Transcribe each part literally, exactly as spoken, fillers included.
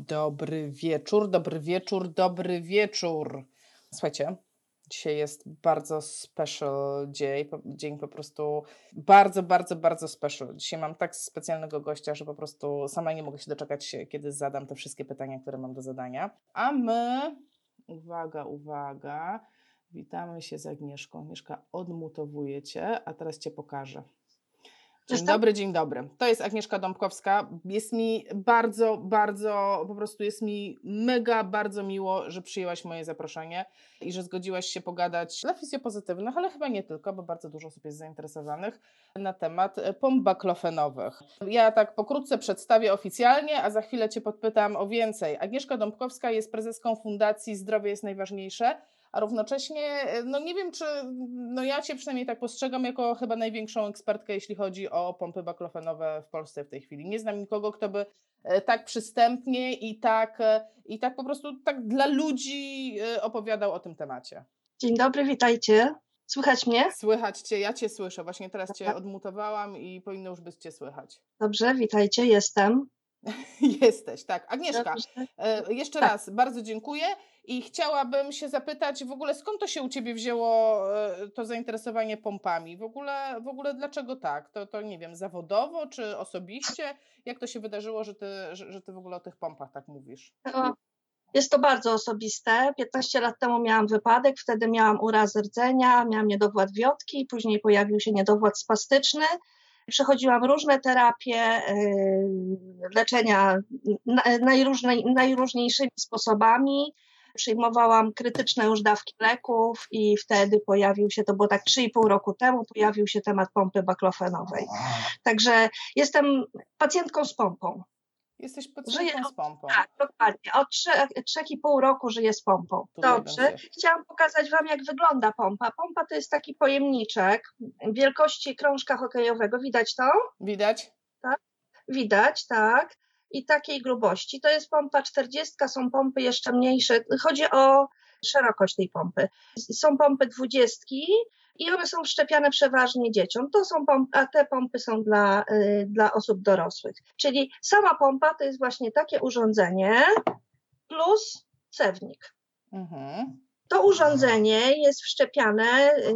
Dobry wieczór, dobry wieczór, dobry wieczór. Słuchajcie, dzisiaj jest bardzo special dzień, dzień po prostu bardzo, bardzo, bardzo special. Dzisiaj mam tak specjalnego gościa, że po prostu sama nie mogę się doczekać, kiedy zadam te wszystkie pytania, które mam do zadania. A my, uwaga, uwaga, witamy się z Agnieszką. Agnieszka, odmutowuję Cię, a teraz Cię pokażę. Dzień dobry, dzień dobry. To jest Agnieszka Dąbkowska. Jest mi bardzo, bardzo, po prostu jest mi mega bardzo miło, że przyjęłaś moje zaproszenie i że zgodziłaś się pogadać dla fizjopozytywnych, ale chyba nie tylko, bo bardzo dużo osób jest zainteresowanych na temat pomp baklofenowych. Ja tak pokrótce przedstawię oficjalnie, a za chwilę Cię podpytam o więcej. Agnieszka Dąbkowska jest prezeską Fundacji Zdrowie jest Najważniejsze, a równocześnie, no nie wiem, czy, no ja Cię przynajmniej tak postrzegam jako chyba największą ekspertkę, jeśli chodzi o pompy baklofenowe w Polsce w tej chwili. Nie znam nikogo, kto by tak przystępnie i tak, i tak po prostu tak dla ludzi opowiadał o tym temacie. Dzień dobry, witajcie. Słychać mnie? Słychać Cię, ja Cię słyszę. Właśnie teraz Cię odmutowałam i powinno już być Cię słychać. Dobrze, witajcie, jestem. Jesteś, tak. Agnieszka, Dobrze. jeszcze tak. raz bardzo dziękuję i chciałabym się zapytać w ogóle, skąd to się u Ciebie wzięło, to zainteresowanie pompami? W ogóle, w ogóle dlaczego tak? To, to nie wiem, zawodowo czy osobiście? Jak to się wydarzyło, że ty, że, że ty w ogóle o tych pompach tak mówisz? Jest to bardzo osobiste. piętnaście lat temu miałam wypadek, wtedy miałam urazę rdzennia, miałam niedowład wiotki, później pojawił się niedowład spastyczny. Przechodziłam różne terapie, leczenia najróżnej, najróżniejszymi sposobami. Przyjmowałam krytyczne już dawki leków i wtedy pojawił się, to było tak trzy i pół roku temu, pojawił się temat pompy baklofenowej. Także jestem pacjentką z pompą. Jesteś pacjentką z pompą. Tak, dokładnie. Od trzech, trzech i pół roku żyję z pompą. Dobrze. Chciałam pokazać Wam, jak wygląda pompa. Pompa to jest taki pojemniczek wielkości krążka hokejowego. Widać to? Widać. Tak? Widać, tak. I takiej grubości. To jest pompa czterdziestka, są pompy jeszcze mniejsze. Chodzi o szerokość tej pompy. Są pompy dwudziestki i one są wszczepiane przeważnie dzieciom. To są pompy, a te pompy są dla, y, dla osób dorosłych. Czyli sama pompa to jest właśnie takie urządzenie plus cewnik. Mhm. To urządzenie jest wszczepiane y, y,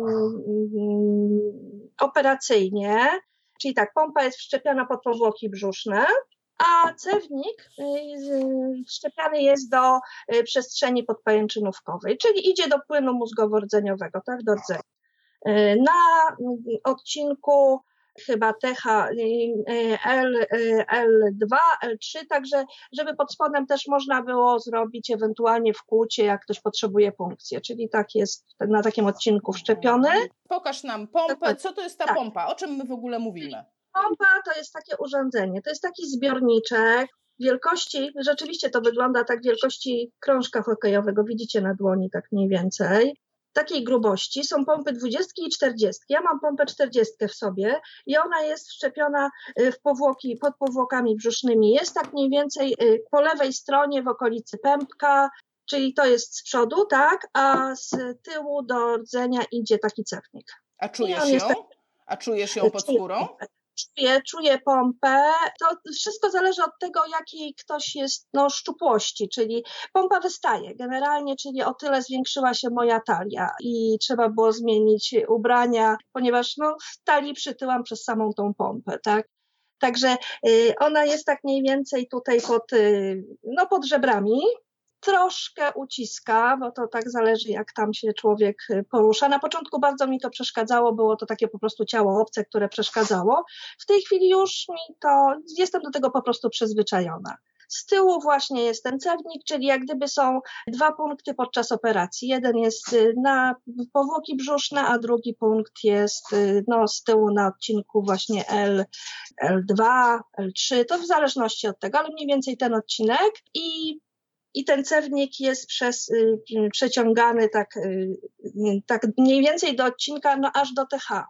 operacyjnie, czyli tak, pompa jest wszczepiana pod powłoki brzuszne, a cewnik wszczepiany jest do przestrzeni podpajęczynówkowej, czyli idzie do płynu mózgowo-rdzeniowego, tak, do rdzenia. Na odcinku chyba T H L, L dwa, L trzy, także żeby pod spodem też można było zrobić ewentualnie wkłucie, jak ktoś potrzebuje punkcję, czyli tak jest na takim odcinku wszczepiony. Pokaż nam pompę, co to jest ta tak. pompa, o czym my w ogóle mówimy? Pompa to jest takie urządzenie, to jest taki zbiorniczek wielkości, rzeczywiście to wygląda tak wielkości krążka hokejowego, widzicie na dłoni tak mniej więcej, takiej grubości. Są pompy dwudziestki i czterdziestki. Ja mam pompę czterdziestkę w sobie i ona jest wszczepiona w powłoki, pod powłokami brzusznymi. Jest tak mniej więcej po lewej stronie w okolicy pępka, czyli to jest z przodu, tak, a z tyłu do rdzenia idzie taki cewnik. A czujesz ją? Tak... A czujesz ją pod skórą? Czuję, czuję pompę. To wszystko zależy od tego, jakiej ktoś jest no, szczupłości, czyli pompa wystaje generalnie, czyli o tyle zwiększyła się moja talia i trzeba było zmienić ubrania, ponieważ no, w talii przytyłam przez samą tą pompę, tak? Także y, ona jest tak mniej więcej tutaj pod, y, no, pod żebrami. Troszkę uciska, bo to tak zależy, jak tam się człowiek porusza. Na początku bardzo mi to przeszkadzało, było to takie po prostu ciało obce, które przeszkadzało. W tej chwili już mi to, jestem do tego po prostu przyzwyczajona. Z tyłu właśnie jest ten cewnik, czyli jak gdyby są dwa punkty podczas operacji. Jeden jest na powłoki brzuszne, a drugi punkt jest no, z tyłu na odcinku właśnie L, L dwa, L trzy, to w zależności od tego, ale mniej więcej ten odcinek i I ten cewnik jest przez, y, przeciągany tak, y, tak mniej więcej do odcinka, no aż do T H.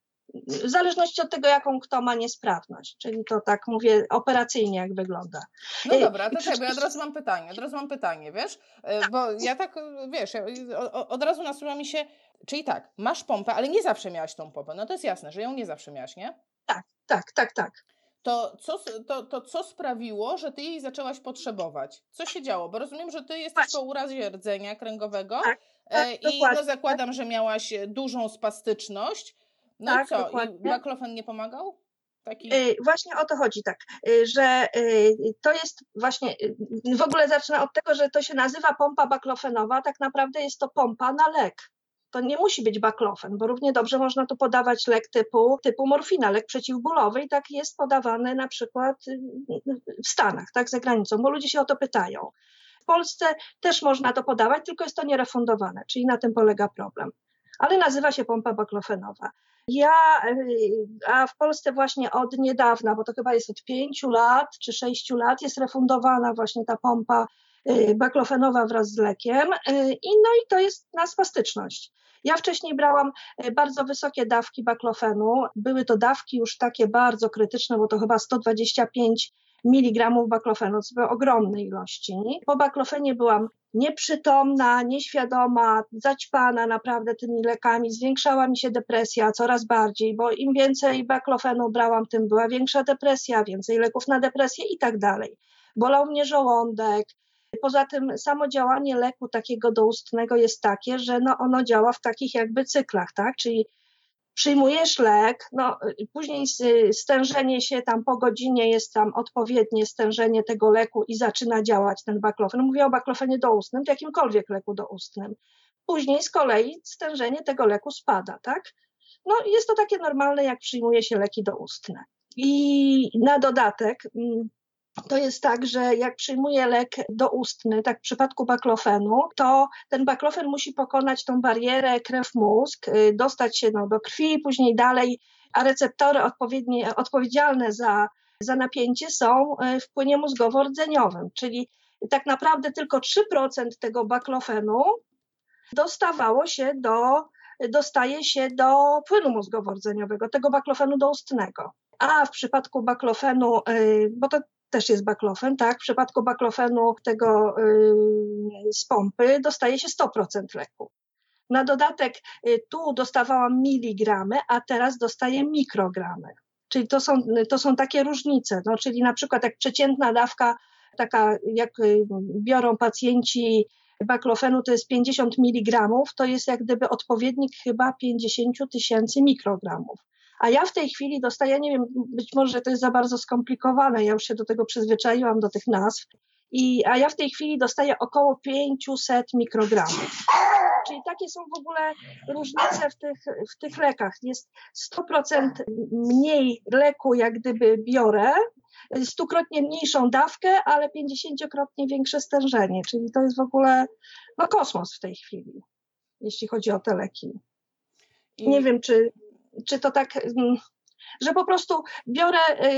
W zależności od tego, jaką kto ma niesprawność. Czyli to tak mówię operacyjnie, jak wygląda. No dobra, to czekaj, bo ja od razu mam pytanie, od razu mam pytanie, wiesz? Bo ja tak, wiesz, ja, od razu nasuwa mi się, czyli tak, masz pompę, ale nie zawsze miałaś tą pompę. No to jest jasne, że ją nie zawsze miałaś, nie? Tak, tak, tak, tak. To co, to, to co sprawiło, że ty jej zaczęłaś potrzebować? Co się działo? Bo rozumiem, że ty jesteś po urazie rdzenia kręgowego Tak, tak, i no dokładnie. zakładam, że miałaś dużą spastyczność. No Tak, i co? dokładnie. I baklofen nie pomagał? Taki... Właśnie o to chodzi, tak, że to jest właśnie, w ogóle zacznę od tego, że to się nazywa pompa baklofenowa, tak naprawdę jest to pompa na lek. To nie musi być baklofen, bo równie dobrze można tu podawać lek typu, typu morfina, lek przeciwbólowy i tak jest podawany na przykład w Stanach, tak, za granicą, bo ludzie się o to pytają. W Polsce też można to podawać, tylko jest to nierefundowane, czyli na tym polega problem. Ale nazywa się pompa baklofenowa. Ja, a w Polsce właśnie od niedawna, bo to chyba jest od pięciu lat czy sześciu lat, jest refundowana właśnie ta pompa baklofenowa wraz z lekiem i no i to jest na spastyczność. Ja wcześniej brałam bardzo wysokie dawki baklofenu, były to dawki już takie bardzo krytyczne, bo to chyba sto dwadzieścia pięć miligramów baklofenu, to były ogromne ilości. Po baklofenie byłam nieprzytomna, nieświadoma, zaćpana naprawdę tymi lekami, zwiększała mi się depresja coraz bardziej, bo im więcej baklofenu brałam, tym była większa depresja, więcej leków na depresję i tak dalej. Bolał mnie żołądek. Poza tym samo działanie leku takiego doustnego jest takie, że no ono działa w takich jakby cyklach, tak? Czyli przyjmujesz lek, no później stężenie się tam po godzinie jest tam odpowiednie stężenie tego leku i zaczyna działać ten baklofen. Mówię o baklofenie doustnym, czy jakimkolwiek leku doustnym. Później z kolei stężenie tego leku spada, tak? No jest to takie normalne, jak przyjmuje się leki doustne. I na dodatek to jest tak, że jak przyjmuję lek doustny, tak w przypadku baklofenu, to ten baklofen musi pokonać tą barierę krew-mózg, dostać się no, do krwi, później dalej, a receptory odpowiednie, odpowiedzialne za, za napięcie są w płynie mózgowo-rdzeniowym, czyli tak naprawdę tylko trzy procent tego baklofenu dostawało się do, dostaje się do płynu mózgowo-rdzeniowego, tego baklofenu doustnego. A w przypadku baklofenu, bo to też jest baklofen, tak? W przypadku baklofenu tego yy, z pompy dostaje się sto procent leku. Na dodatek yy, tu dostawałam miligramy, a teraz dostaję mikrogramy. Czyli to są, to są takie różnice. No, czyli na przykład jak przeciętna dawka, taka jak yy, biorą pacjenci baklofenu, to jest pięćdziesiąt miligramów, to jest jak gdyby odpowiednik chyba pięćdziesiąt tysięcy mikrogramów. A ja w tej chwili dostaję, nie wiem, być może to jest za bardzo skomplikowane, ja już się do tego przyzwyczaiłam, do tych nazw, i, a ja w tej chwili dostaję około pięćset mikrogramów. Czyli takie są w ogóle różnice w tych, w tych lekach. Jest sto procent mniej leku, jak gdyby biorę, stukrotnie mniejszą dawkę, ale pięćdziesięciokrotnie większe stężenie, czyli to jest w ogóle no, kosmos w tej chwili, jeśli chodzi o te leki. I... Nie wiem, czy czy to tak, że po prostu biorę,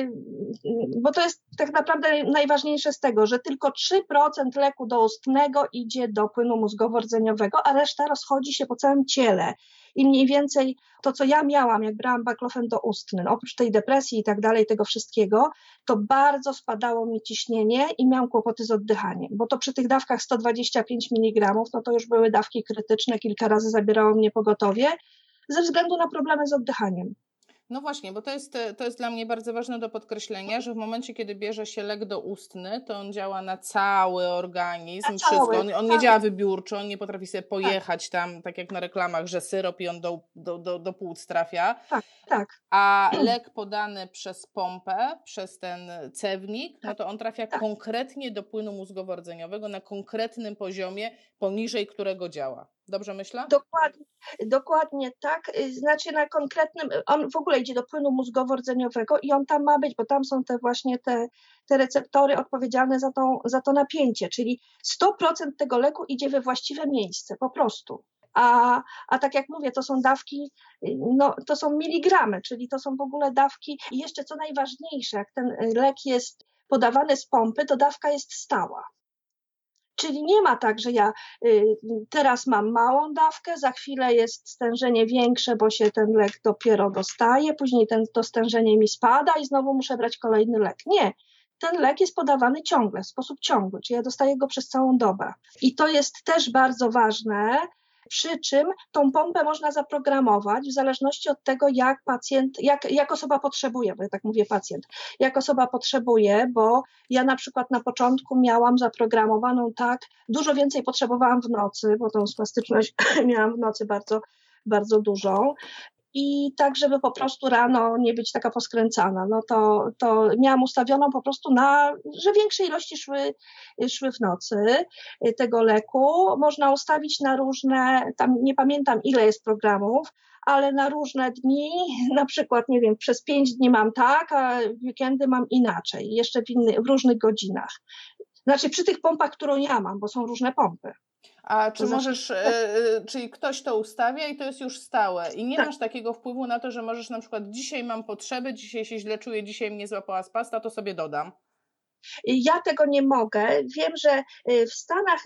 bo to jest tak naprawdę najważniejsze z tego, że tylko trzy procent leku doustnego idzie do płynu mózgowo-rdzeniowego, a reszta rozchodzi się po całym ciele. I mniej więcej to, co ja miałam, jak brałam baklofen doustny, oprócz tej depresji i tak dalej, tego wszystkiego, to bardzo spadało mi ciśnienie i miałam kłopoty z oddychaniem, bo to przy tych dawkach sto dwadzieścia pięć miligramów, no to już były dawki krytyczne, kilka razy zabierało mnie pogotowie, ze względu na problemy z oddychaniem. No właśnie, bo to jest, to jest dla mnie bardzo ważne do podkreślenia, że w momencie, kiedy bierze się lek doustny, to on działa na cały organizm, na wszystko. Cały, on, on nie działa wybiórczo, on nie potrafi sobie pojechać tak. tam, tak jak na reklamach, że syrop i on do, do, do, do płuc trafia. Tak, tak. A lek podany przez pompę, przez ten cewnik, no to on trafia tak. konkretnie do płynu mózgowo-rdzeniowego na konkretnym poziomie, poniżej którego działa. Dobrze myślę? Dokładnie, dokładnie tak, znaczy na konkretnym, on w ogóle idzie do płynu mózgowo-rdzeniowego i on tam ma być, bo tam są te właśnie te, te receptory odpowiedzialne za, tą, za to napięcie, czyli sto procent tego leku idzie we właściwe miejsce, po prostu. A, a tak jak mówię, to są dawki, no to są miligramy, czyli to są w ogóle dawki i jeszcze co najważniejsze, jak ten lek jest podawany z pompy, to dawka jest stała. Czyli nie ma tak, że ja y, teraz mam małą dawkę, za chwilę jest stężenie większe, bo się ten lek dopiero dostaje, później ten, to stężenie mi spada i znowu muszę brać kolejny lek. Nie, ten lek jest podawany ciągle, w sposób ciągły, czyli ja dostaję go przez całą dobę. I to jest też bardzo ważne, Przy czym tą pompę można zaprogramować w zależności od tego, jak pacjent, jak, jak osoba potrzebuje, bo ja tak mówię pacjent, jak osoba potrzebuje, bo ja na przykład na początku miałam zaprogramowaną tak, dużo więcej potrzebowałam w nocy, bo tą spastyczność miałam w nocy bardzo, bardzo dużą. I tak, żeby po prostu rano nie być taka poskręcana, no to, to miałam ustawioną po prostu na, że większe ilości szły, szły w nocy tego leku. Można ustawić na różne, tam nie pamiętam ile jest programów, ale na różne dni, na przykład, nie wiem, przez pięć dni mam tak, a w weekendy mam inaczej, jeszcze w, inny, w różnych godzinach. Znaczy przy tych pompach, którą ja mam, bo są różne pompy. A czy możesz, yy, czyli ktoś to ustawia i to jest już stałe i nie tak. masz takiego wpływu na to, że możesz na przykład dzisiaj mam potrzeby, dzisiaj się źle czuję, dzisiaj mnie złapała spasta, to sobie dodam. Ja tego nie mogę. Wiem, że w Stanach,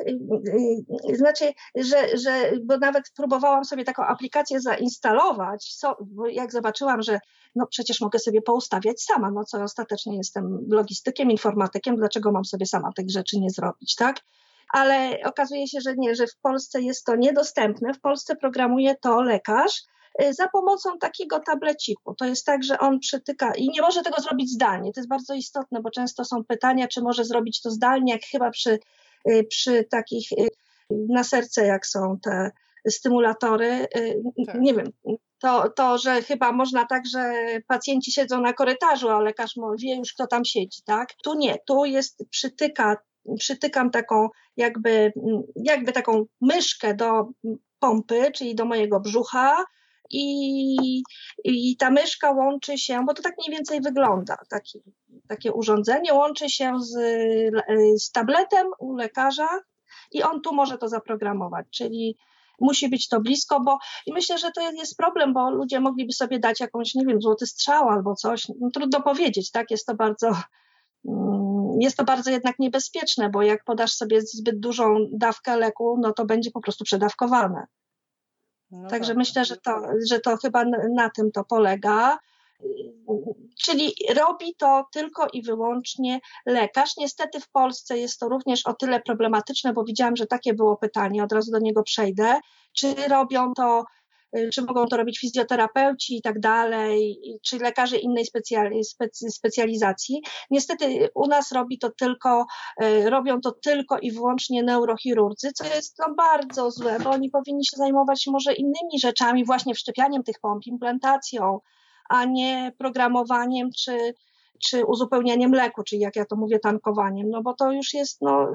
znaczy, że, że bo nawet próbowałam sobie taką aplikację zainstalować, bo jak zobaczyłam, że no przecież mogę sobie poustawiać sama, no co ostatecznie jestem logistykiem, informatykiem, dlaczego mam sobie sama tych rzeczy nie zrobić, tak? Ale okazuje się, że nie, że w Polsce jest to niedostępne. W Polsce programuje to lekarz za pomocą takiego tableciku. To jest tak, że on przytyka i nie może tego zrobić zdalnie. To jest bardzo istotne, bo często są pytania, czy może zrobić to zdalnie, jak chyba przy, przy takich na serce, jak są te stymulatory. Tak. Nie wiem, to, to, że chyba można tak, że pacjenci siedzą na korytarzu, a lekarz wie już, kto tam siedzi, tak? Tu nie, tu jest przytyka przytykam taką jakby, jakby taką myszkę do pompy, czyli do mojego brzucha i, i ta myszka łączy się, bo to tak mniej więcej wygląda, taki, takie urządzenie łączy się z, z tabletem u lekarza i on tu może to zaprogramować, czyli musi być to blisko, bo i myślę, że to jest problem, bo ludzie mogliby sobie dać jakąś, nie wiem, złoty strzał albo coś, no, trudno powiedzieć, tak, jest to bardzo Jest to bardzo jednak niebezpieczne, bo jak podasz sobie zbyt dużą dawkę leku, no to będzie po prostu przedawkowane. No Także tak. myślę, że to, że to chyba na tym to polega. Czyli robi to tylko i wyłącznie lekarz. Niestety w Polsce jest to również o tyle problematyczne, bo widziałam, że takie było pytanie, od razu do niego przejdę. Czy robią to czy mogą to robić fizjoterapeuci i tak dalej, czy lekarze innej specjali, specy, specjalizacji. Niestety u nas robi to tylko, robią to tylko i wyłącznie neurochirurdzy, co jest no bardzo złe, bo oni powinni się zajmować może innymi rzeczami, właśnie wszczepianiem tych pomp, implantacją, a nie programowaniem czy, czy uzupełnianiem leku, czyli jak ja to mówię, tankowaniem, no bo to już jest no,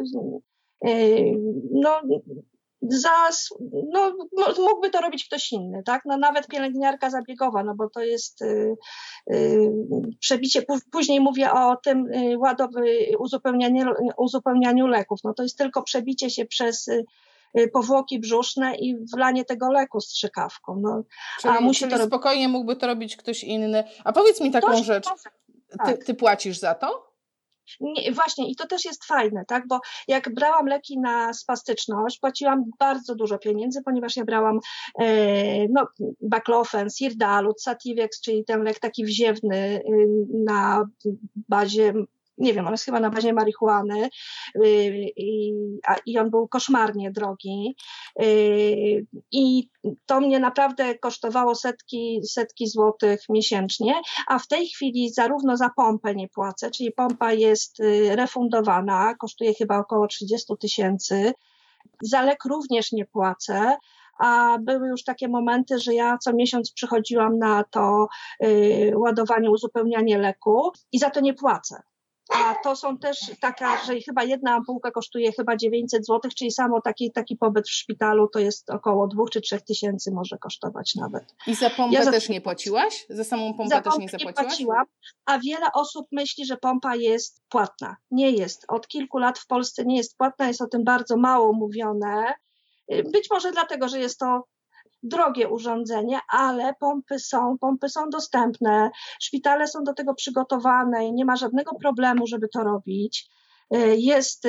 yy, no Za, no, mógłby to robić ktoś inny, tak? No, nawet pielęgniarka zabiegowa, no bo to jest y, y, przebicie, później mówię o tym y, ładowy, uzupełnianiu, uzupełnianiu leków, no to jest tylko przebicie się przez y, powłoki brzuszne i wlanie tego leku strzykawką. No, czyli a musi czyli to robić... spokojnie mógłby to robić ktoś inny. A powiedz mi taką ktoś rzecz, ty, ty płacisz za to? Nie, właśnie i to też jest fajne, tak, bo jak brałam leki na spastyczność, płaciłam bardzo dużo pieniędzy, ponieważ ja brałam e, no, Baclofen, Sirdalut, Sativex, czyli ten lek taki wziewny y, na bazie, nie wiem, on jest chyba na bazie marihuany y, i, a, i on był koszmarnie drogi y, i to mnie naprawdę kosztowało setki, setki złotych miesięcznie, a w tej chwili zarówno za pompę nie płacę, czyli pompa jest y, refundowana, kosztuje chyba około trzydzieści tysięcy, za lek również nie płacę, a były już takie momenty, że ja co miesiąc przychodziłam na to y, ładowanie, uzupełnianie leku i za to nie płacę. A to są też taka, że chyba jedna ampułka kosztuje chyba dziewięćset złotych, czyli samo taki, taki pobyt w szpitalu to jest około dwóch czy trzech tysięcy może kosztować nawet. I za pompę ja za też nie płaciłaś? Za samą pompę za też pompę nie zapłaciłaś? Nie płaciłam, a wiele osób myśli, że pompa jest płatna. Nie jest. Od kilku lat w Polsce nie jest płatna, jest o tym bardzo mało mówione. Być może dlatego, że jest to drogie urządzenie, ale pompy są, pompy są dostępne, szpitale są do tego przygotowane i nie ma żadnego problemu, żeby to robić. Jest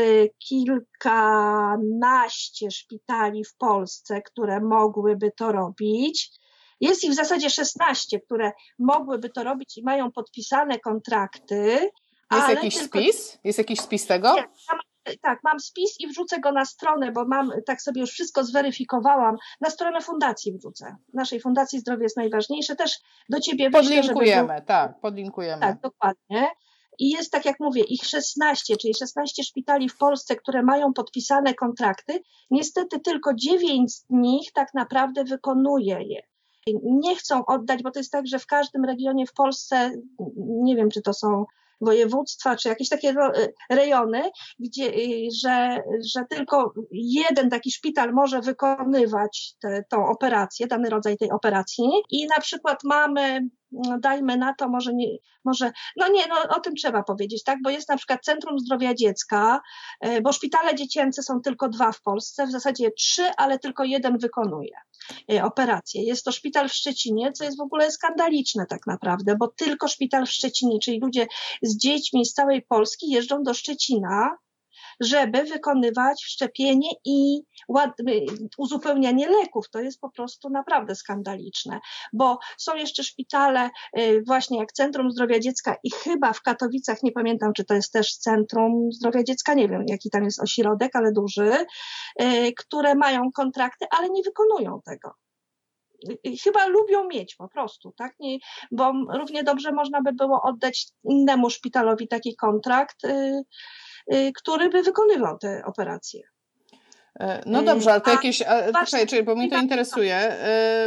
kilkanaście szpitali w Polsce, które mogłyby to robić. Jest ich w zasadzie szesnaście, które mogłyby to robić i mają podpisane kontrakty. Jest ale jakiś tylko... spis? Jest jakiś spis tego? Nie, tak, mam spis i wrzucę go na stronę, bo mam, tak sobie już wszystko zweryfikowałam, na stronę fundacji wrzucę. Naszej Fundacji Zdrowie jest najważniejsze. Też do ciebie wyślę, Podlinkujemy, żeby był... tak, podlinkujemy. Tak, dokładnie. I jest, tak jak mówię, ich szesnaście, czyli szesnaście szpitali w Polsce, które mają podpisane kontrakty. Niestety tylko dziewięć z nich tak naprawdę wykonuje je. Nie chcą oddać, bo to jest tak, że w każdym regionie w Polsce, nie wiem, czy to są województwa, czy jakieś takie rejony, gdzie, że, że tylko jeden taki szpital może wykonywać te, tą operację, dany rodzaj tej operacji i na przykład mamy, dajmy na to, może nie, może, no nie, no o tym trzeba powiedzieć, tak, bo jest na przykład Centrum Zdrowia Dziecka, bo szpitale dziecięce są tylko dwa w Polsce, w zasadzie trzy, ale tylko jeden wykonuje operacje. Jest to szpital w Szczecinie, co jest w ogóle skandaliczne tak naprawdę, bo tylko szpital w Szczecinie, czyli ludzie z dziećmi z całej Polski jeżdżą do Szczecina, żeby wykonywać szczepienie i uzupełnianie leków. To jest po prostu naprawdę skandaliczne, bo są jeszcze szpitale właśnie jak Centrum Zdrowia Dziecka i chyba w Katowicach, nie pamiętam, czy to jest też Centrum Zdrowia Dziecka, nie wiem, jaki tam jest ośrodek, ale duży, które mają kontrakty, ale nie wykonują tego. Chyba lubią mieć po prostu, tak? Nie, bo równie dobrze można by było oddać innemu szpitalowi taki kontrakt, który by wykonywał te operacje. No dobrze, ale to a jakieś, czekaj, czekaj, bo mnie to interesuje,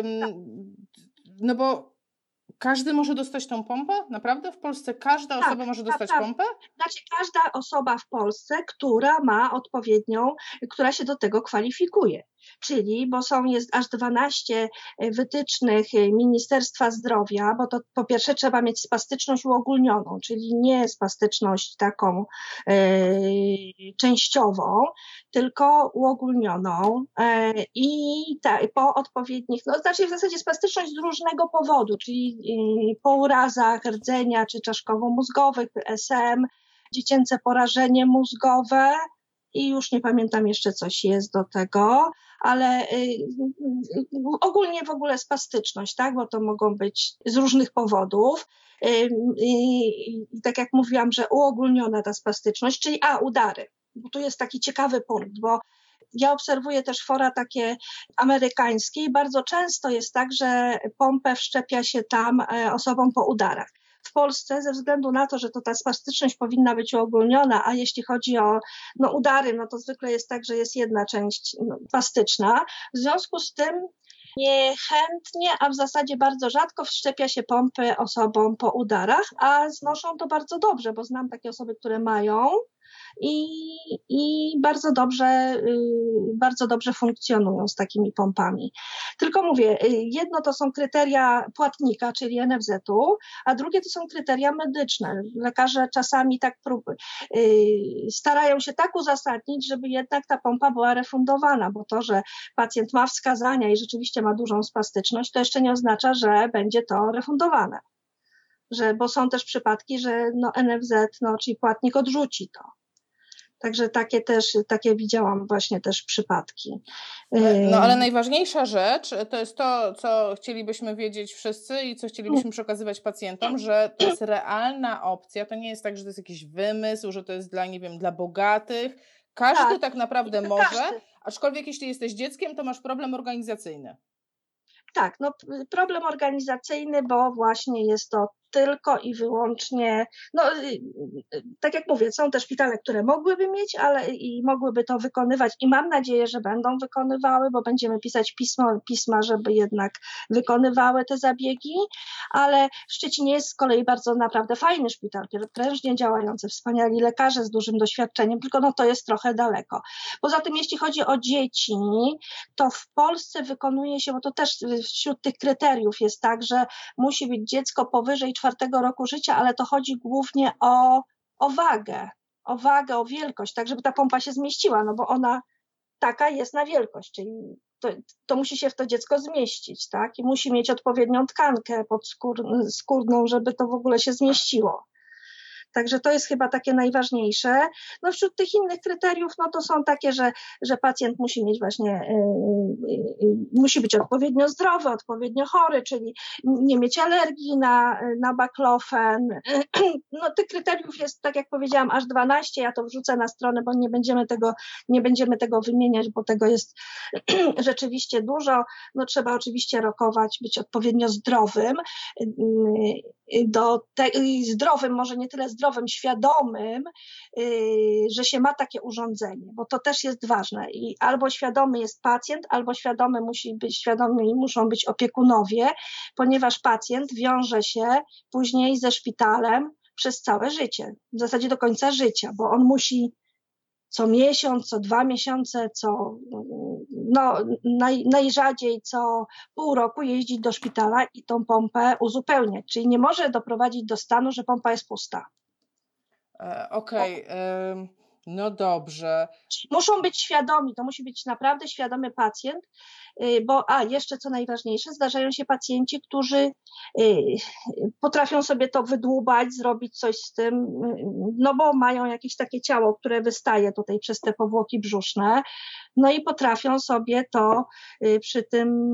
no bo każdy może dostać tą pompę? Naprawdę? W Polsce każda tak, osoba może dostać tak, pompę? Znaczy każda osoba w Polsce, która ma odpowiednią, która się do tego kwalifikuje. Czyli, bo są, jest aż dwanaście wytycznych Ministerstwa Zdrowia, bo to po pierwsze trzeba mieć spastyczność uogólnioną, czyli nie spastyczność taką e, częściową, tylko uogólnioną e, i ta, po odpowiednich, no znaczy w zasadzie spastyczność z różnego powodu, czyli e, po urazach rdzenia czy czaszkowo-mózgowych, S M, dziecięce porażenie mózgowe, i już nie pamiętam, jeszcze coś jest do tego, ale y, y, ogólnie w ogóle spastyczność, tak, bo to mogą być z różnych powodów. I y, y, tak jak mówiłam, że uogólniona ta spastyczność, czyli a, udary. Bo tu jest taki ciekawy punkt, bo ja obserwuję też fora takie amerykańskie i bardzo często jest tak, że pompę wszczepia się tam osobom po udarach. W Polsce ze względu na to, że to ta spastyczność powinna być uogólniona, a jeśli chodzi o no, udary, no to zwykle jest tak, że jest jedna część no, spastyczna. W związku z tym niechętnie, a w zasadzie bardzo rzadko wszczepia się pompy osobom po udarach, a znoszą to bardzo dobrze, bo znam takie osoby, które mają i, i bardzo dobrze, bardzo dobrze funkcjonują z takimi pompami. Tylko mówię, jedno to są kryteria płatnika, czyli N F Z-u, a drugie to są kryteria medyczne. Lekarze czasami tak próby, starają się tak uzasadnić, żeby jednak ta pompa była refundowana, bo to, że pacjent ma wskazania i rzeczywiście ma dużą spastyczność, to jeszcze nie oznacza, że będzie to refundowane. Że, bo są też przypadki, że no N F Z, no, czyli płatnik odrzuci to. Także takie też, takie widziałam właśnie też przypadki. No ale najważniejsza rzecz to jest to, co chcielibyśmy wiedzieć wszyscy i co chcielibyśmy przekazywać pacjentom, że to jest realna opcja, to nie jest tak, że to jest jakiś wymysł, że to jest dla, nie wiem, dla bogatych. Każdy tak, tak naprawdę może, każdy. Aczkolwiek jeśli jesteś dzieckiem, to masz problem organizacyjny. Tak, no problem organizacyjny, bo właśnie jest to tylko i wyłącznie, no tak jak mówię, są te szpitale, które mogłyby mieć, ale i mogłyby to wykonywać i mam nadzieję, że będą wykonywały, bo będziemy pisać pismo, pisma, żeby jednak wykonywały te zabiegi, ale w Szczecinie jest z kolei bardzo naprawdę fajny szpital, prężnie działający, wspaniali lekarze z dużym doświadczeniem, tylko no to jest trochę daleko. Poza tym jeśli chodzi o dzieci, to w Polsce wykonuje się, bo to też wśród tych kryteriów jest tak, że musi być dziecko powyżej czwartego roku życia, ale to chodzi głównie o, o wagę, o wagę, o wielkość, tak żeby ta pompa się zmieściła, no bo ona taka jest na wielkość, czyli to, to musi się w to dziecko zmieścić, tak? I musi mieć odpowiednią tkankę podskórną, żeby to w ogóle się zmieściło. Także to jest chyba takie najważniejsze. No wśród tych innych kryteriów, no to są takie, że, że pacjent musi mieć właśnie, yy, yy, musi być odpowiednio zdrowy, odpowiednio chory, czyli nie mieć alergii na, na baklofen. No tych kryteriów jest, tak jak powiedziałam, aż dwanaście, ja to wrzucę na stronę, bo nie będziemy tego, nie będziemy tego wymieniać, bo tego jest rzeczywiście dużo. No trzeba oczywiście rokować, być odpowiednio zdrowym, do te, zdrowym, może nie tyle zdrowym, świadomym, że się ma takie urządzenie, bo to też jest ważne i albo świadomy jest pacjent, albo świadomy musi być, świadomi muszą być opiekunowie, ponieważ pacjent wiąże się później ze szpitalem przez całe życie, w zasadzie do końca życia, bo on musi co miesiąc, co dwa miesiące, co no, naj, najrzadziej co pół roku jeździć do szpitala i tą pompę uzupełniać, czyli nie może doprowadzić do stanu, że pompa jest pusta. E, Okej, okay. No dobrze. Muszą być świadomi, to musi być naprawdę świadomy pacjent, bo a jeszcze co najważniejsze, zdarzają się pacjenci, którzy potrafią sobie to wydłubać, zrobić coś z tym, no bo mają jakieś takie ciało, które wystaje tutaj przez te powłoki brzuszne, no i potrafią sobie to przy tym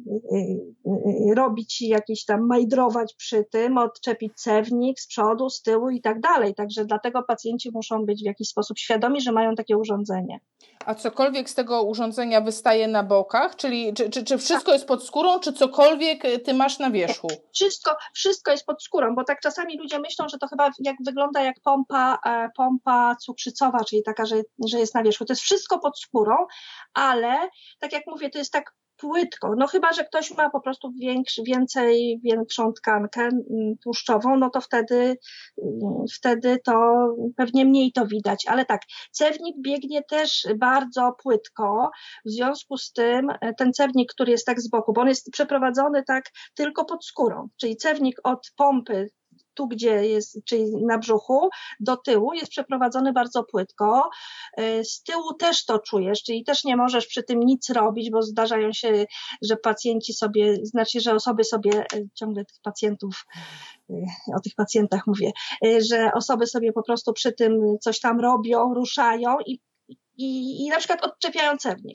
robić jakieś tam, majdrować przy tym, odczepić cewnik z przodu, z tyłu i tak dalej. Także dlatego pacjenci muszą być w jakiś sposób świadomi, że mają takie urządzenie. A cokolwiek z tego urządzenia wystaje na bokach? Czyli czy, czy, czy wszystko jest pod skórą, czy cokolwiek ty masz na wierzchu? Wszystko, wszystko jest pod skórą, bo tak czasami ludzie myślą, że to chyba jak wygląda jak pompa, pompa cukrzycowa, czyli taka, że, że jest na wierzchu. To jest wszystko pod skórą, ale tak jak mówię, to jest tak płytko, no chyba, że ktoś ma po prostu większy, więcej, większą tkankę tłuszczową, no to wtedy, wtedy to pewnie mniej to widać, ale tak, cewnik biegnie też bardzo płytko, w związku z tym ten cewnik, który jest tak z boku, bo on jest przeprowadzony tak tylko pod skórą, czyli cewnik od pompy tu, gdzie jest, czyli na brzuchu, do tyłu jest przeprowadzony bardzo płytko. Z tyłu też to czujesz, czyli też nie możesz przy tym nic robić, bo zdarzają się, że pacjenci sobie, znaczy, że osoby sobie, ciągle tych pacjentów, o tych pacjentach mówię, że osoby sobie po prostu przy tym coś tam robią, ruszają i, i, i na przykład odczepiają cewnik.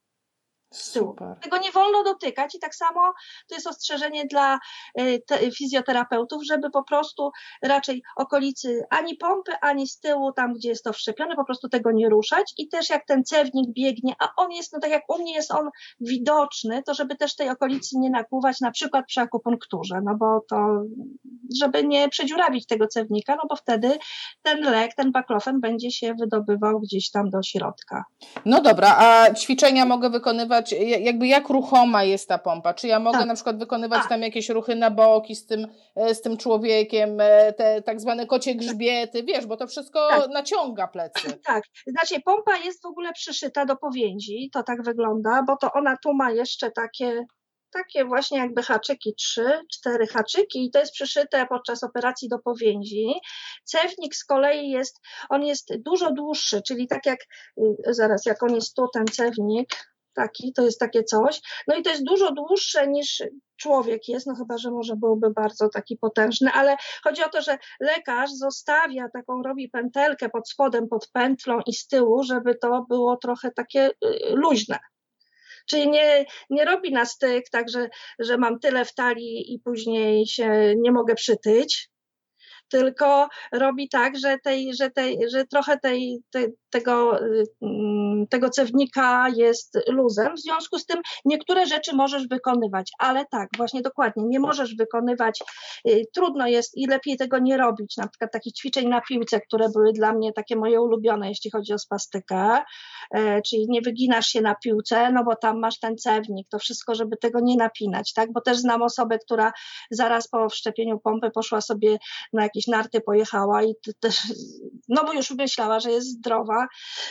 Z tyłu. Super. Tego nie wolno dotykać i tak samo to jest ostrzeżenie dla te, fizjoterapeutów, żeby po prostu raczej okolicy ani pompy, ani z tyłu, tam gdzie jest to wszczepione, po prostu tego nie ruszać i też jak ten cewnik biegnie, a on jest, no tak jak u mnie jest on widoczny, to żeby też tej okolicy nie nakłuwać, na przykład przy akupunkturze, no bo to, żeby nie przedziurawić tego cewnika, no bo wtedy ten lek, ten baklofen będzie się wydobywał gdzieś tam do środka. No dobra, a ćwiczenia mogę wykonywać, jakby jak ruchoma jest ta pompa? Czy ja mogę tak. na przykład wykonywać tak. tam jakieś ruchy na boki z tym, z tym człowiekiem, te tak zwane kocie grzbiety, wiesz, bo to wszystko tak. naciąga plecy. Tak, znaczy pompa jest w ogóle przyszyta do powięzi, to tak wygląda, bo to ona tu ma jeszcze takie takie właśnie jakby haczyki, trzy, cztery haczyki i to jest przyszyte podczas operacji do powięzi. Cewnik z kolei jest, on jest dużo dłuższy, czyli tak jak, zaraz jak on jest tu, ten cewnik, taki, to jest takie coś, no i to jest dużo dłuższe niż człowiek jest, no chyba, że może byłby bardzo taki potężny, ale chodzi o to, że lekarz zostawia taką, robi pętelkę pod spodem, pod pętlą i z tyłu, żeby to było trochę takie luźne. Czyli nie, nie robi na styk, tak, że, że mam tyle w talii i później się nie mogę przytyć, tylko robi tak, że, tej, że, tej, że trochę tej, tej, tego, tego cewnika jest luzem, w związku z tym niektóre rzeczy możesz wykonywać, ale tak, właśnie dokładnie, nie możesz wykonywać, trudno jest i lepiej tego nie robić, na przykład takich ćwiczeń na piłce, które były dla mnie takie moje ulubione, jeśli chodzi o spastykę, czyli nie wyginasz się na piłce, no bo tam masz ten cewnik, to wszystko, żeby tego nie napinać, tak, bo też znam osobę, która zaraz po wszczepieniu pompy poszła sobie na jakieś narty, pojechała i też, no bo już myślała, że jest zdrowa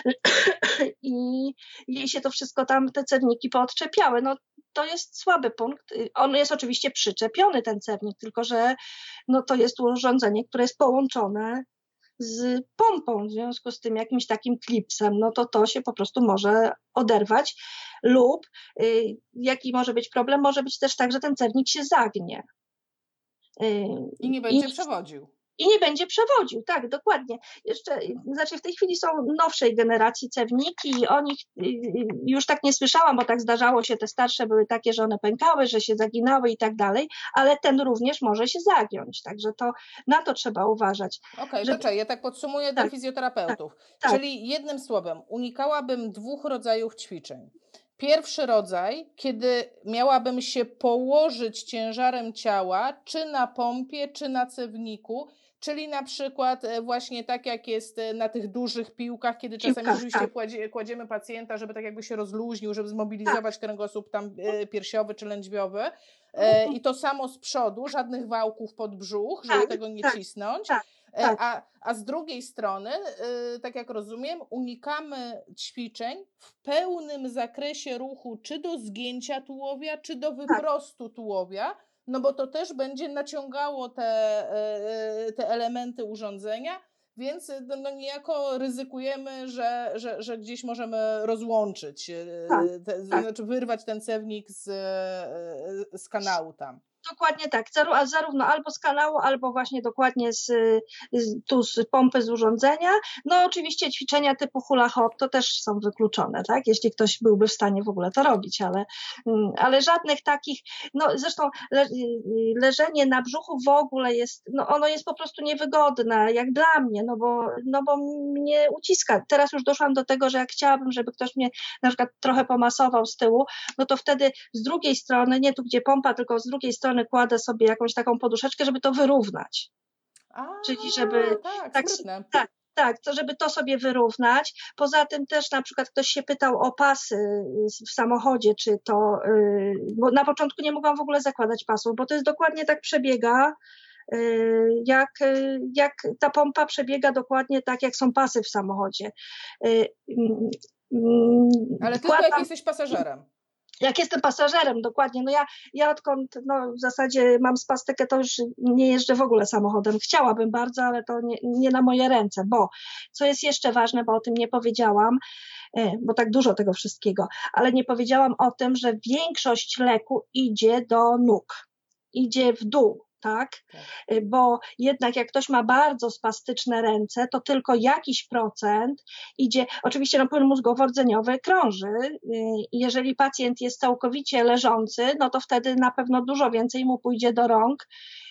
i jej się to wszystko tam, te cewniki poodczepiały, no to jest słaby punkt, on jest oczywiście przyczepiony ten cewnik, tylko że no to jest urządzenie, które jest połączone z pompą, w związku z tym jakimś takim klipsem, no to to się po prostu może oderwać lub y, jaki może być problem, może być też tak, że ten cewnik się zagnie. Y, I nie będzie I, przewodził. I nie będzie przewodził, tak, dokładnie. Jeszcze, znaczy w tej chwili są nowszej generacji cewniki i o nich już tak nie słyszałam, bo tak zdarzało się, te starsze były takie, że one pękały, że się zaginały i tak dalej, ale ten również może się zagiąć, także to na to trzeba uważać. Okej, okay, że... poczekaj, ja tak podsumuję tak, dla fizjoterapeutów. Tak, tak. Czyli jednym słowem, unikałabym dwóch rodzajów ćwiczeń. Pierwszy rodzaj, kiedy miałabym się położyć ciężarem ciała, czy na pompie, czy na cewniku, czyli na przykład właśnie tak jak jest na tych dużych piłkach, kiedy czasami Piłka, rzeczywiście tak. kładzie, kładziemy pacjenta, żeby tak jakby się rozluźnił, żeby zmobilizować tak. kręgosłup tam piersiowy czy lędźwiowy. E, I to samo z przodu, żadnych wałków pod brzuch, żeby tak, tego nie tak, cisnąć. Tak, tak. A, a z drugiej strony, y, tak jak rozumiem, unikamy ćwiczeń w pełnym zakresie ruchu, czy do zgięcia tułowia, czy do wyprostu tak. tułowia, no bo to też będzie naciągało te, y, te elementy urządzenia, więc no, niejako ryzykujemy, że, że, że gdzieś możemy rozłączyć, tak, te, tak. znaczy wyrwać ten cewnik z, z kanału tam. Dokładnie tak, zarówno albo z kanału, albo właśnie dokładnie z, z, tu z pompy, z urządzenia. No oczywiście ćwiczenia typu hula hop to też są wykluczone, tak, jeśli ktoś byłby w stanie w ogóle to robić, ale, ale żadnych takich, no zresztą le, leżenie na brzuchu w ogóle jest, no ono jest po prostu niewygodne, jak dla mnie, no bo, no bo mnie uciska. Teraz już doszłam do tego, że jak chciałabym, żeby ktoś mnie na przykład trochę pomasował z tyłu, no to wtedy z drugiej strony, nie tu gdzie pompa, tylko z drugiej strony kładę sobie jakąś taką poduszeczkę, żeby to wyrównać. A, Czyli żeby tak, tak, tak, tak, to żeby to sobie wyrównać. Poza tym też na przykład ktoś się pytał o pasy w samochodzie, czy to, bo na początku nie mogłam w ogóle zakładać pasów, bo to jest dokładnie tak przebiega, jak, jak ta pompa przebiega dokładnie tak, jak są pasy w samochodzie. Ale tylko Kładam... jak jesteś pasażerem. Jak jestem pasażerem, dokładnie. No ja, ja odkąd no w zasadzie mam spastykę, to już nie jeżdżę w ogóle samochodem. Chciałabym bardzo, ale to nie, nie na moje ręce, bo co jest jeszcze ważne, bo o tym nie powiedziałam, bo tak dużo tego wszystkiego, ale nie powiedziałam o tym, że większość leku idzie do nóg, idzie w dół. Tak? tak, bo jednak jak ktoś ma bardzo spastyczne ręce, to tylko jakiś procent idzie, oczywiście no płyn mózgowo-rdzeniowy krąży i jeżeli pacjent jest całkowicie leżący, no to wtedy na pewno dużo więcej mu pójdzie do rąk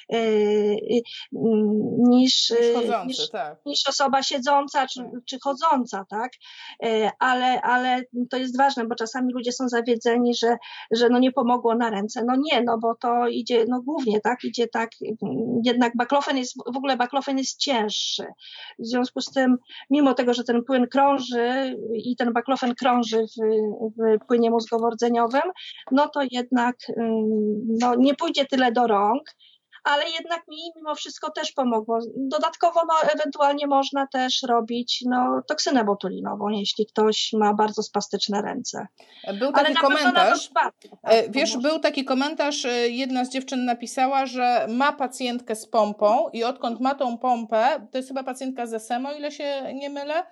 niż, niż, chodzący, niż, tak. niż osoba siedząca czy, tak. czy chodząca, tak? Ale, ale to jest ważne, bo czasami ludzie są zawiedzeni, że, że no nie pomogło na ręce. No nie, no bo to idzie, no głównie, tak, idzie tak, jednak baklofen jest, w ogóle baklofen jest cięższy. W związku z tym, mimo tego, że ten płyn krąży i ten baklofen krąży w, w płynie mózgowo-rdzeniowym, no to jednak no, nie pójdzie tyle do rąk, ale jednak mi mimo wszystko też pomogło. Dodatkowo no, ewentualnie można też robić no, toksynę botulinową, jeśli ktoś ma bardzo spastyczne ręce. Był taki komentarz, bardzo, tak, wiesz, był taki komentarz, jedna z dziewczyn napisała, że ma pacjentkę z pompą i odkąd ma tą pompę, to jest chyba pacjentka z S M, o ile się nie mylę,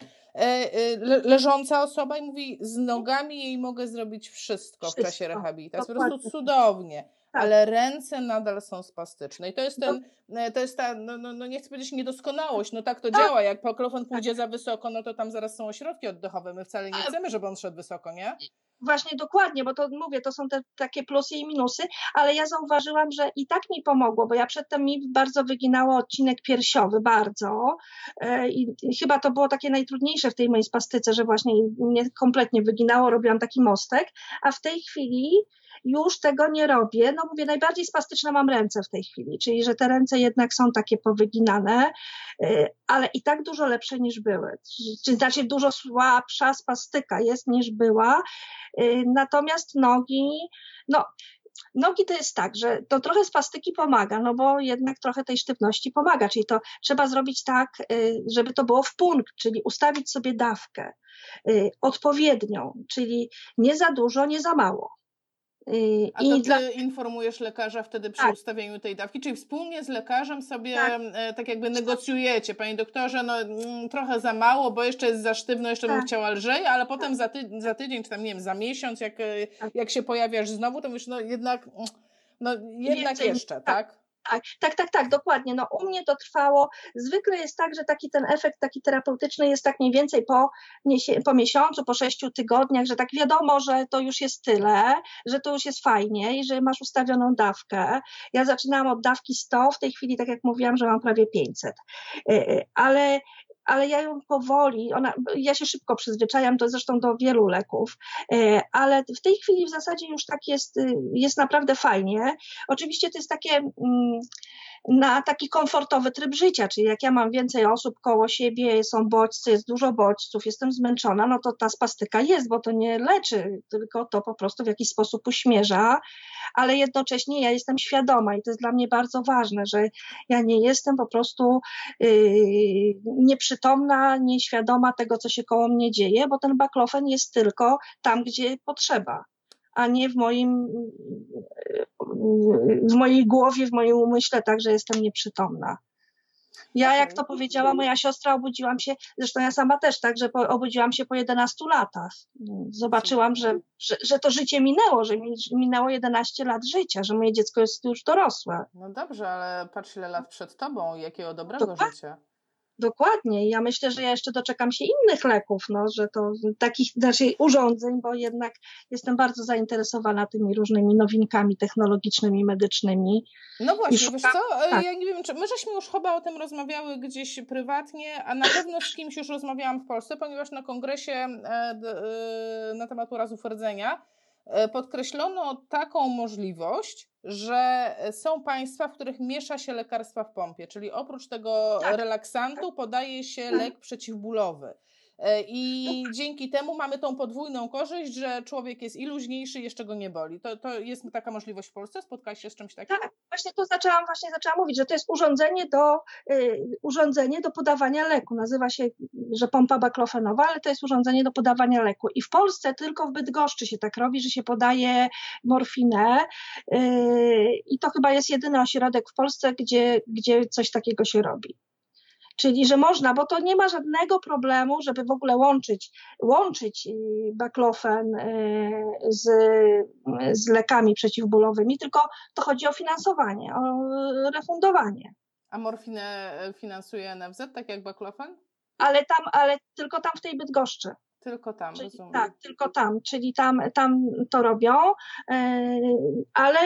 le, leżąca osoba i mówi, z nogami jej mogę zrobić wszystko, wszystko. w czasie rehabilitacji. Po prostu cudownie. Tak. Ale ręce nadal są spastyczne. I to jest ten, to jest ta, no, no, no nie chcę powiedzieć niedoskonałość, no tak to tak. działa. Jak baklofen pójdzie tak. za wysoko, no to tam zaraz są ośrodki oddechowe. My wcale nie chcemy, żeby on szedł wysoko, nie? Właśnie, dokładnie, bo to mówię, to są te takie plusy i minusy, ale ja zauważyłam, że i tak mi pomogło, bo ja przedtem mi bardzo wyginało odcinek piersiowy, bardzo i, i chyba to było takie najtrudniejsze w tej mojej spastyce, że właśnie mnie kompletnie wyginało, robiłam taki mostek, a w tej chwili już tego nie robię, no mówię, najbardziej spastyczne mam ręce w tej chwili, czyli że te ręce jednak są takie powyginane, ale i tak dużo lepsze niż były, czyli znaczy dużo słabsza spastyka jest niż była, natomiast nogi, no nogi to jest tak, że to trochę spastyki pomaga, no bo jednak trochę tej sztywności pomaga, czyli to trzeba zrobić tak, żeby to było w punkt, czyli ustawić sobie dawkę odpowiednią, czyli nie za dużo, nie za mało. A to ty dla... informujesz lekarza wtedy przy tak. ustawieniu tej dawki, czyli wspólnie z lekarzem sobie tak, tak jakby negocjujecie, panie doktorze, no mm, trochę za mało, bo jeszcze jest za sztywno, jeszcze tak. bym chciała lżej, ale tak. potem za, ty- za tydzień, czy tam nie wiem, za miesiąc, jak, tak. jak się pojawiasz znowu, to mówisz, no jednak, no jednak Więcej, jeszcze, tak? tak? Tak, tak, tak, tak, dokładnie. No u mnie to trwało, zwykle jest tak, że taki ten efekt taki terapeutyczny jest tak mniej więcej po, po miesiącu, po sześciu tygodniach, że tak wiadomo, że to już jest tyle, że to już jest fajnie i że masz ustawioną dawkę. Ja zaczynałam od dawki sto, w tej chwili, tak jak mówiłam, że mam prawie pięćset. Ale ale ja ją powoli, ona, ja się szybko przyzwyczajam, to zresztą do wielu leków, ale w tej chwili w zasadzie już tak jest, jest naprawdę fajnie. Oczywiście to jest takie na taki komfortowy tryb życia, czyli jak ja mam więcej osób koło siebie, są bodźce, jest dużo bodźców, jestem zmęczona, no to ta spastyka jest, bo to nie leczy, tylko to po prostu w jakiś sposób uśmierza, ale jednocześnie ja jestem świadoma i to jest dla mnie bardzo ważne, że ja nie jestem po prostu yy, nieprzytomna, nieświadoma tego, co się koło mnie dzieje, bo ten baklofen jest tylko tam, gdzie potrzeba, a nie w moim, w mojej głowie, w moim umyśle, tak, że jestem nieprzytomna. Ja, jak to powiedziała moja siostra, obudziłam się, zresztą ja sama też, tak, że po, obudziłam się po jedenastu latach. Zobaczyłam, że, że, że to życie minęło, że mi, minęło jedenaście lat życia, że moje dziecko jest już dorosłe. No dobrze, ale patrz ile lat przed tobą, jakiego dobrego Dokładnie. życia. Dokładnie. Ja myślę, że ja jeszcze doczekam się innych leków, no, że to takich, znaczy urządzeń, bo jednak jestem bardzo zainteresowana tymi różnymi nowinkami technologicznymi, medycznymi. No właśnie, szukam... wiesz co, tak. Ja nie wiem, czy my żeśmy już chyba o tym rozmawiały gdzieś prywatnie, a na pewno z kimś już rozmawiałam w Polsce, ponieważ na kongresie na temat urazów rdzenia podkreślono taką możliwość, że są państwa, w których miesza się lekarstwa w pompie, czyli oprócz tego tak. relaksantu podaje się lek przeciwbólowy. I dzięki temu mamy tą podwójną korzyść, że człowiek jest i luźniejszy, jeszcze go nie boli. To, to jest taka możliwość w Polsce? Spotkałaś się z czymś takim? Tak, właśnie to zaczęłam, właśnie zaczęłam mówić, że to jest urządzenie do, y, urządzenie do podawania leku. Nazywa się, że pompa baklofenowa, ale to jest urządzenie do podawania leku. I w Polsce tylko w Bydgoszczy się tak robi, że się podaje morfinę y, i to chyba jest jedyny ośrodek w Polsce, gdzie, gdzie coś takiego się robi. Czyli, że można, bo to nie ma żadnego problemu, żeby w ogóle łączyć, łączyć baklofen z, z lekami przeciwbólowymi, tylko to chodzi o finansowanie, o refundowanie. A morfinę finansuje N F Z, tak jak baklofen? Ale tam, ale tylko tam w tej Bydgoszczy. Tylko tam, czyli, rozumiem. Tak, tylko tam, czyli tam, tam to robią, ale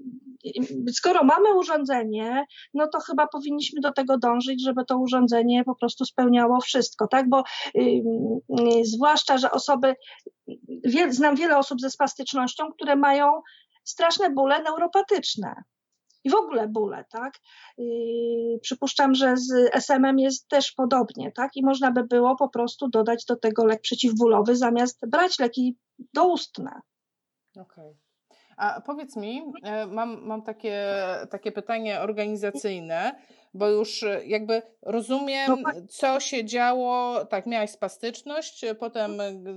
skoro mamy urządzenie, no to chyba powinniśmy do tego dążyć, żeby to urządzenie po prostu spełniało wszystko, tak, bo y, y, zwłaszcza, że osoby, wie, znam wiele osób ze spastycznością, które mają straszne bóle neuropatyczne. I w ogóle bóle, tak? Yy, przypuszczam, że z S M em jest też podobnie, tak? I można by było po prostu dodać do tego lek przeciwbólowy zamiast brać leki doustne. Okej. Okay. A powiedz mi, mam, mam takie, takie pytanie organizacyjne, bo już jakby rozumiem, co się działo, tak, miałaś spastyczność, potem,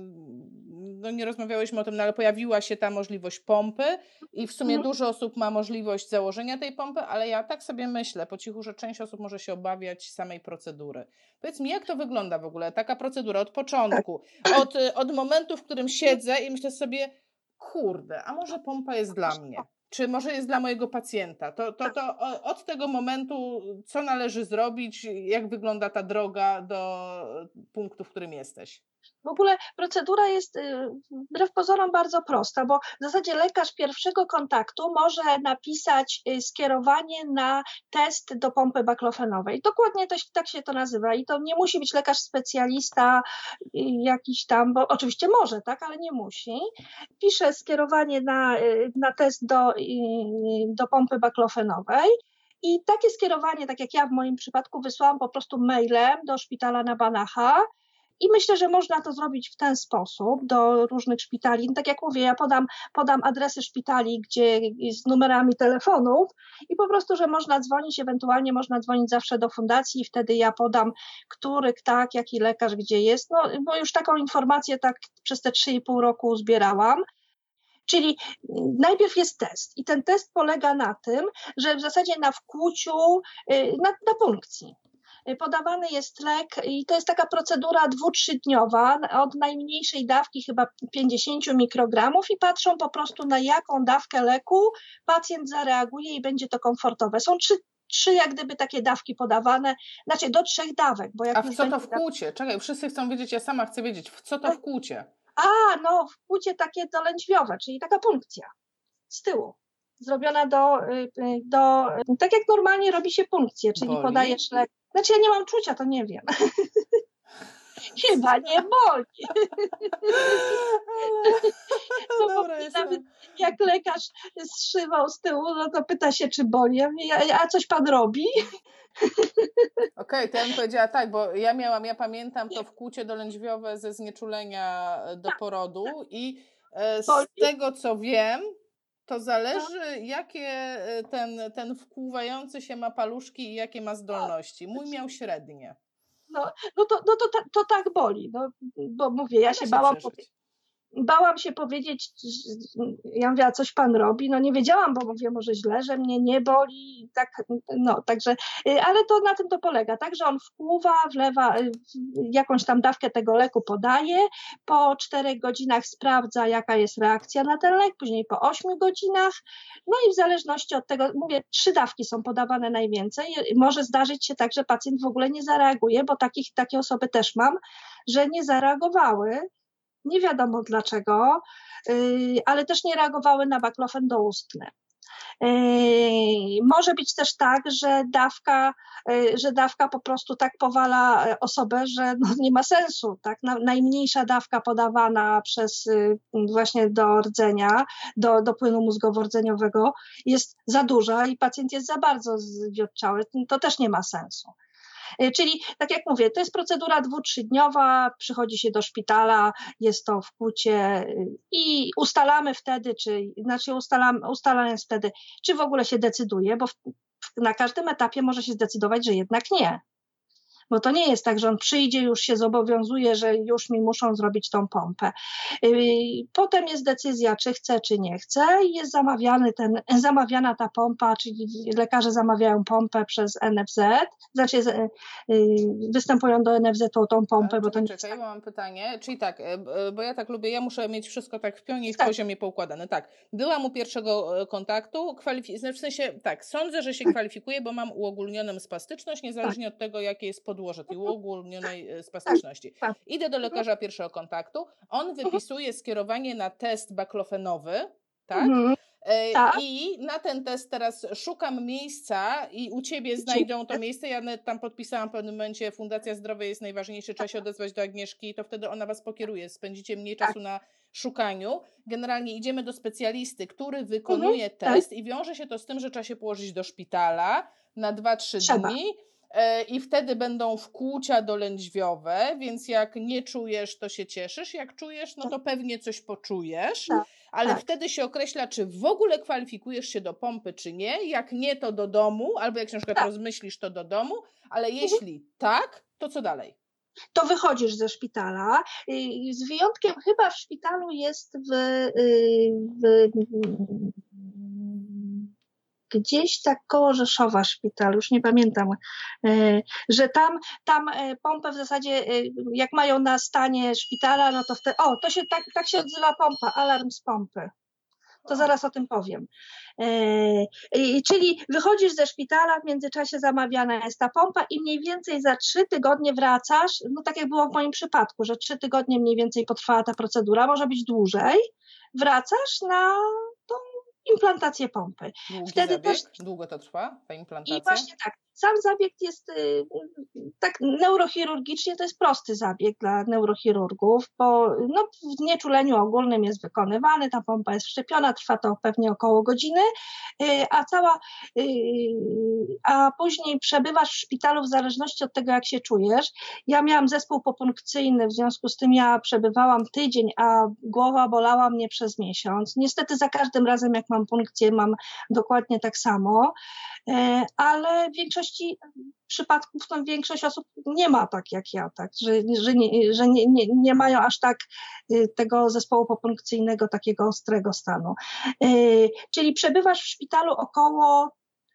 no nie rozmawiałyśmy o tym, no ale pojawiła się ta możliwość pompy i w sumie dużo osób ma możliwość założenia tej pompy, ale ja tak sobie myślę po cichu, że część osób może się obawiać samej procedury. Powiedz mi, jak to wygląda w ogóle, taka procedura od początku, od, od momentu, w którym siedzę i myślę sobie, kurde, a może pompa jest dla mnie? Czy może jest dla mojego pacjenta? To, to, to od tego momentu, co należy zrobić, jak wygląda ta droga do punktu, w którym jesteś? W ogóle procedura jest wbrew pozorom bardzo prosta, bo w zasadzie lekarz pierwszego kontaktu może napisać skierowanie na test do pompy baklofenowej. Dokładnie to, tak się to nazywa i to nie musi być lekarz specjalista jakiś tam, bo oczywiście może, tak, ale nie musi. Pisze skierowanie na, na test do, do pompy baklofenowej. I takie skierowanie, tak jak ja w moim przypadku wysłałam po prostu mailem do szpitala na Banacha. I myślę, że można to zrobić w ten sposób do różnych szpitali. No tak jak mówię, ja podam, podam adresy szpitali, gdzie z numerami telefonów i po prostu, że można dzwonić, ewentualnie można dzwonić zawsze do fundacji i wtedy ja podam, który, tak, jaki lekarz, gdzie jest. No bo już taką informację tak przez te trzy i pół roku zbierałam. Czyli najpierw jest test i ten test polega na tym, że w zasadzie na wkłuciu, na, na punkcji. podawany jest lek i to jest taka procedura dwu, trzydniowa, od najmniejszej dawki chyba pięćdziesiąt mikrogramów i patrzą po prostu na jaką dawkę leku pacjent zareaguje i będzie to komfortowe. Są trzy Trzy jak gdyby takie dawki podawane, znaczy do trzech dawek. Bo jak A w już co będzie to wkłucie? Czekaj, wszyscy chcą wiedzieć, ja sama chcę wiedzieć, w co to wkłucie? A, no wkłucie takie dolędźwiowe, czyli taka punkcja z tyłu. Zrobiona do, do, tak jak normalnie robi się punkcję, czyli Boli? podajesz lek. Znaczy ja nie mam czucia, to nie wiem. Chyba nie boli. No bo Dobra, nawet jak lekarz zszywał z tyłu, no to pyta się, czy boli. Ja mówię, a coś pan robi? Okej, okay, to ja bym powiedziała tak, bo ja miałam, ja pamiętam to wkłucie dolędźwiowe ze znieczulenia do porodu i z Boli? tego co wiem, to zależy jakie ten, ten wkłuwający się ma paluszki i jakie ma zdolności. Mój miał średnie. No, no, to, no to, to, to tak boli, no, bo mówię, ja Ale się się bałam przeżyć. Bałam się powiedzieć, ja mówię, a coś pan robi? No nie wiedziałam, bo mówię, może źle, że mnie nie boli, tak, no, także, ale to na tym to polega, tak, że on wpływa, wlewa jakąś tam dawkę tego leku podaje, po czterech godzinach sprawdza, jaka jest reakcja na ten lek, później po ośmiu godzinach, no i w zależności od tego, mówię, trzy dawki są podawane najwięcej, może zdarzyć się tak, że pacjent w ogóle nie zareaguje, bo takich, takie osoby też mam, że nie zareagowały, nie wiadomo dlaczego, ale też nie reagowały na baklofen doustny. Może być też tak, że dawka, że dawka po prostu tak powala osobę, że no nie ma sensu. Tak? Najmniejsza dawka podawana przez właśnie do rdzenia, do, do płynu mózgowo-rdzeniowego jest za duża i pacjent jest za bardzo zwiotczały. To też nie ma sensu. Czyli, tak jak mówię, to jest procedura dwu, trzydniowa, przychodzi się do szpitala, jest to wkłucie i ustalamy wtedy, czy, znaczy ustalamy, ustalane jest wtedy, czy w ogóle się decyduje, bo w, na każdym etapie może się zdecydować, że jednak nie. Bo to nie jest tak, że on przyjdzie, już się zobowiązuje, że już mi muszą zrobić tą pompę. Potem jest decyzja, czy chce, czy nie chce i jest zamawiany ten, zamawiana ta pompa, czyli lekarze zamawiają pompę przez N F Z, znaczy występują do N F Z o tą pompę. Ale bo to czekaj, nie czekaj, jest bo mam pytanie, czyli tak, bo ja tak lubię, ja muszę mieć wszystko tak w pionie i w tak. poziomie poukładane. Tak, byłam u pierwszego kontaktu, kwalifik- w sensie tak, sądzę, że się kwalifikuję, bo mam uogólnioną spastyczność, niezależnie tak. od tego, jakie jest podłoże tej uogólnionej spastyczności. Tak. Idę do lekarza pierwszego kontaktu, on wypisuje skierowanie na test baklofenowy, tak? Mhm. Tak. I na ten test teraz szukam miejsca i u Ciebie znajdą to miejsce. Ja tam podpisałam w pewnym momencie, Fundacja Zdrowie jest najważniejsze, trzeba się odezwać do Agnieszki, to wtedy ona Was pokieruje, spędzicie mniej czasu na szukaniu. Generalnie idziemy do specjalisty, który wykonuje mhm. test i wiąże się to z tym, że trzeba się położyć do szpitala na dwa trzy dni. I wtedy będą wkłucia dolędźwiowe, więc jak nie czujesz, to się cieszysz, jak czujesz, no to pewnie coś poczujesz, tak, ale tak. wtedy się określa, czy w ogóle kwalifikujesz się do pompy, czy nie, jak nie, to do domu, albo jak się na przykład tak. rozmyślisz, to do domu, ale jeśli mhm. tak, to co dalej? To wychodzisz ze szpitala, z wyjątkiem chyba w szpitalu jest w, w gdzieś tak koło Rzeszowa szpital, już nie pamiętam, że tam, tam pompę w zasadzie, jak mają na stanie szpitala, no to wtedy, o, to się tak, tak się odzywa pompa, alarm z pompy. To zaraz o tym powiem. Czyli wychodzisz ze szpitala, w międzyczasie zamawiana jest ta pompa i mniej więcej za trzy tygodnie wracasz, no tak jak było w moim przypadku, że trzy tygodnie mniej więcej potrwała ta procedura, może być dłużej, wracasz na tą implantację pompy. Długi Wtedy zabieg? też Długo to trwa, ta implantacja? I właśnie tak, sam zabieg jest y, tak neurochirurgicznie, to jest prosty zabieg dla neurochirurgów, bo no, w znieczuleniu ogólnym jest wykonywany, ta pompa jest wszczepiona, trwa to pewnie około godziny, y, a cała, y, a później przebywasz w szpitalu w zależności od tego, jak się czujesz. Ja miałam zespół popunkcyjny, w związku z tym ja przebywałam tydzień, a głowa bolała mnie przez miesiąc. Niestety za każdym razem, jak mam punkcję, mam dokładnie tak samo, ale w większości przypadków no, większość osób nie ma tak jak ja, tak, że, że, nie, że nie, nie, nie mają aż tak tego zespołu popunkcyjnego, takiego ostrego stanu. Czyli przebywasz w szpitalu około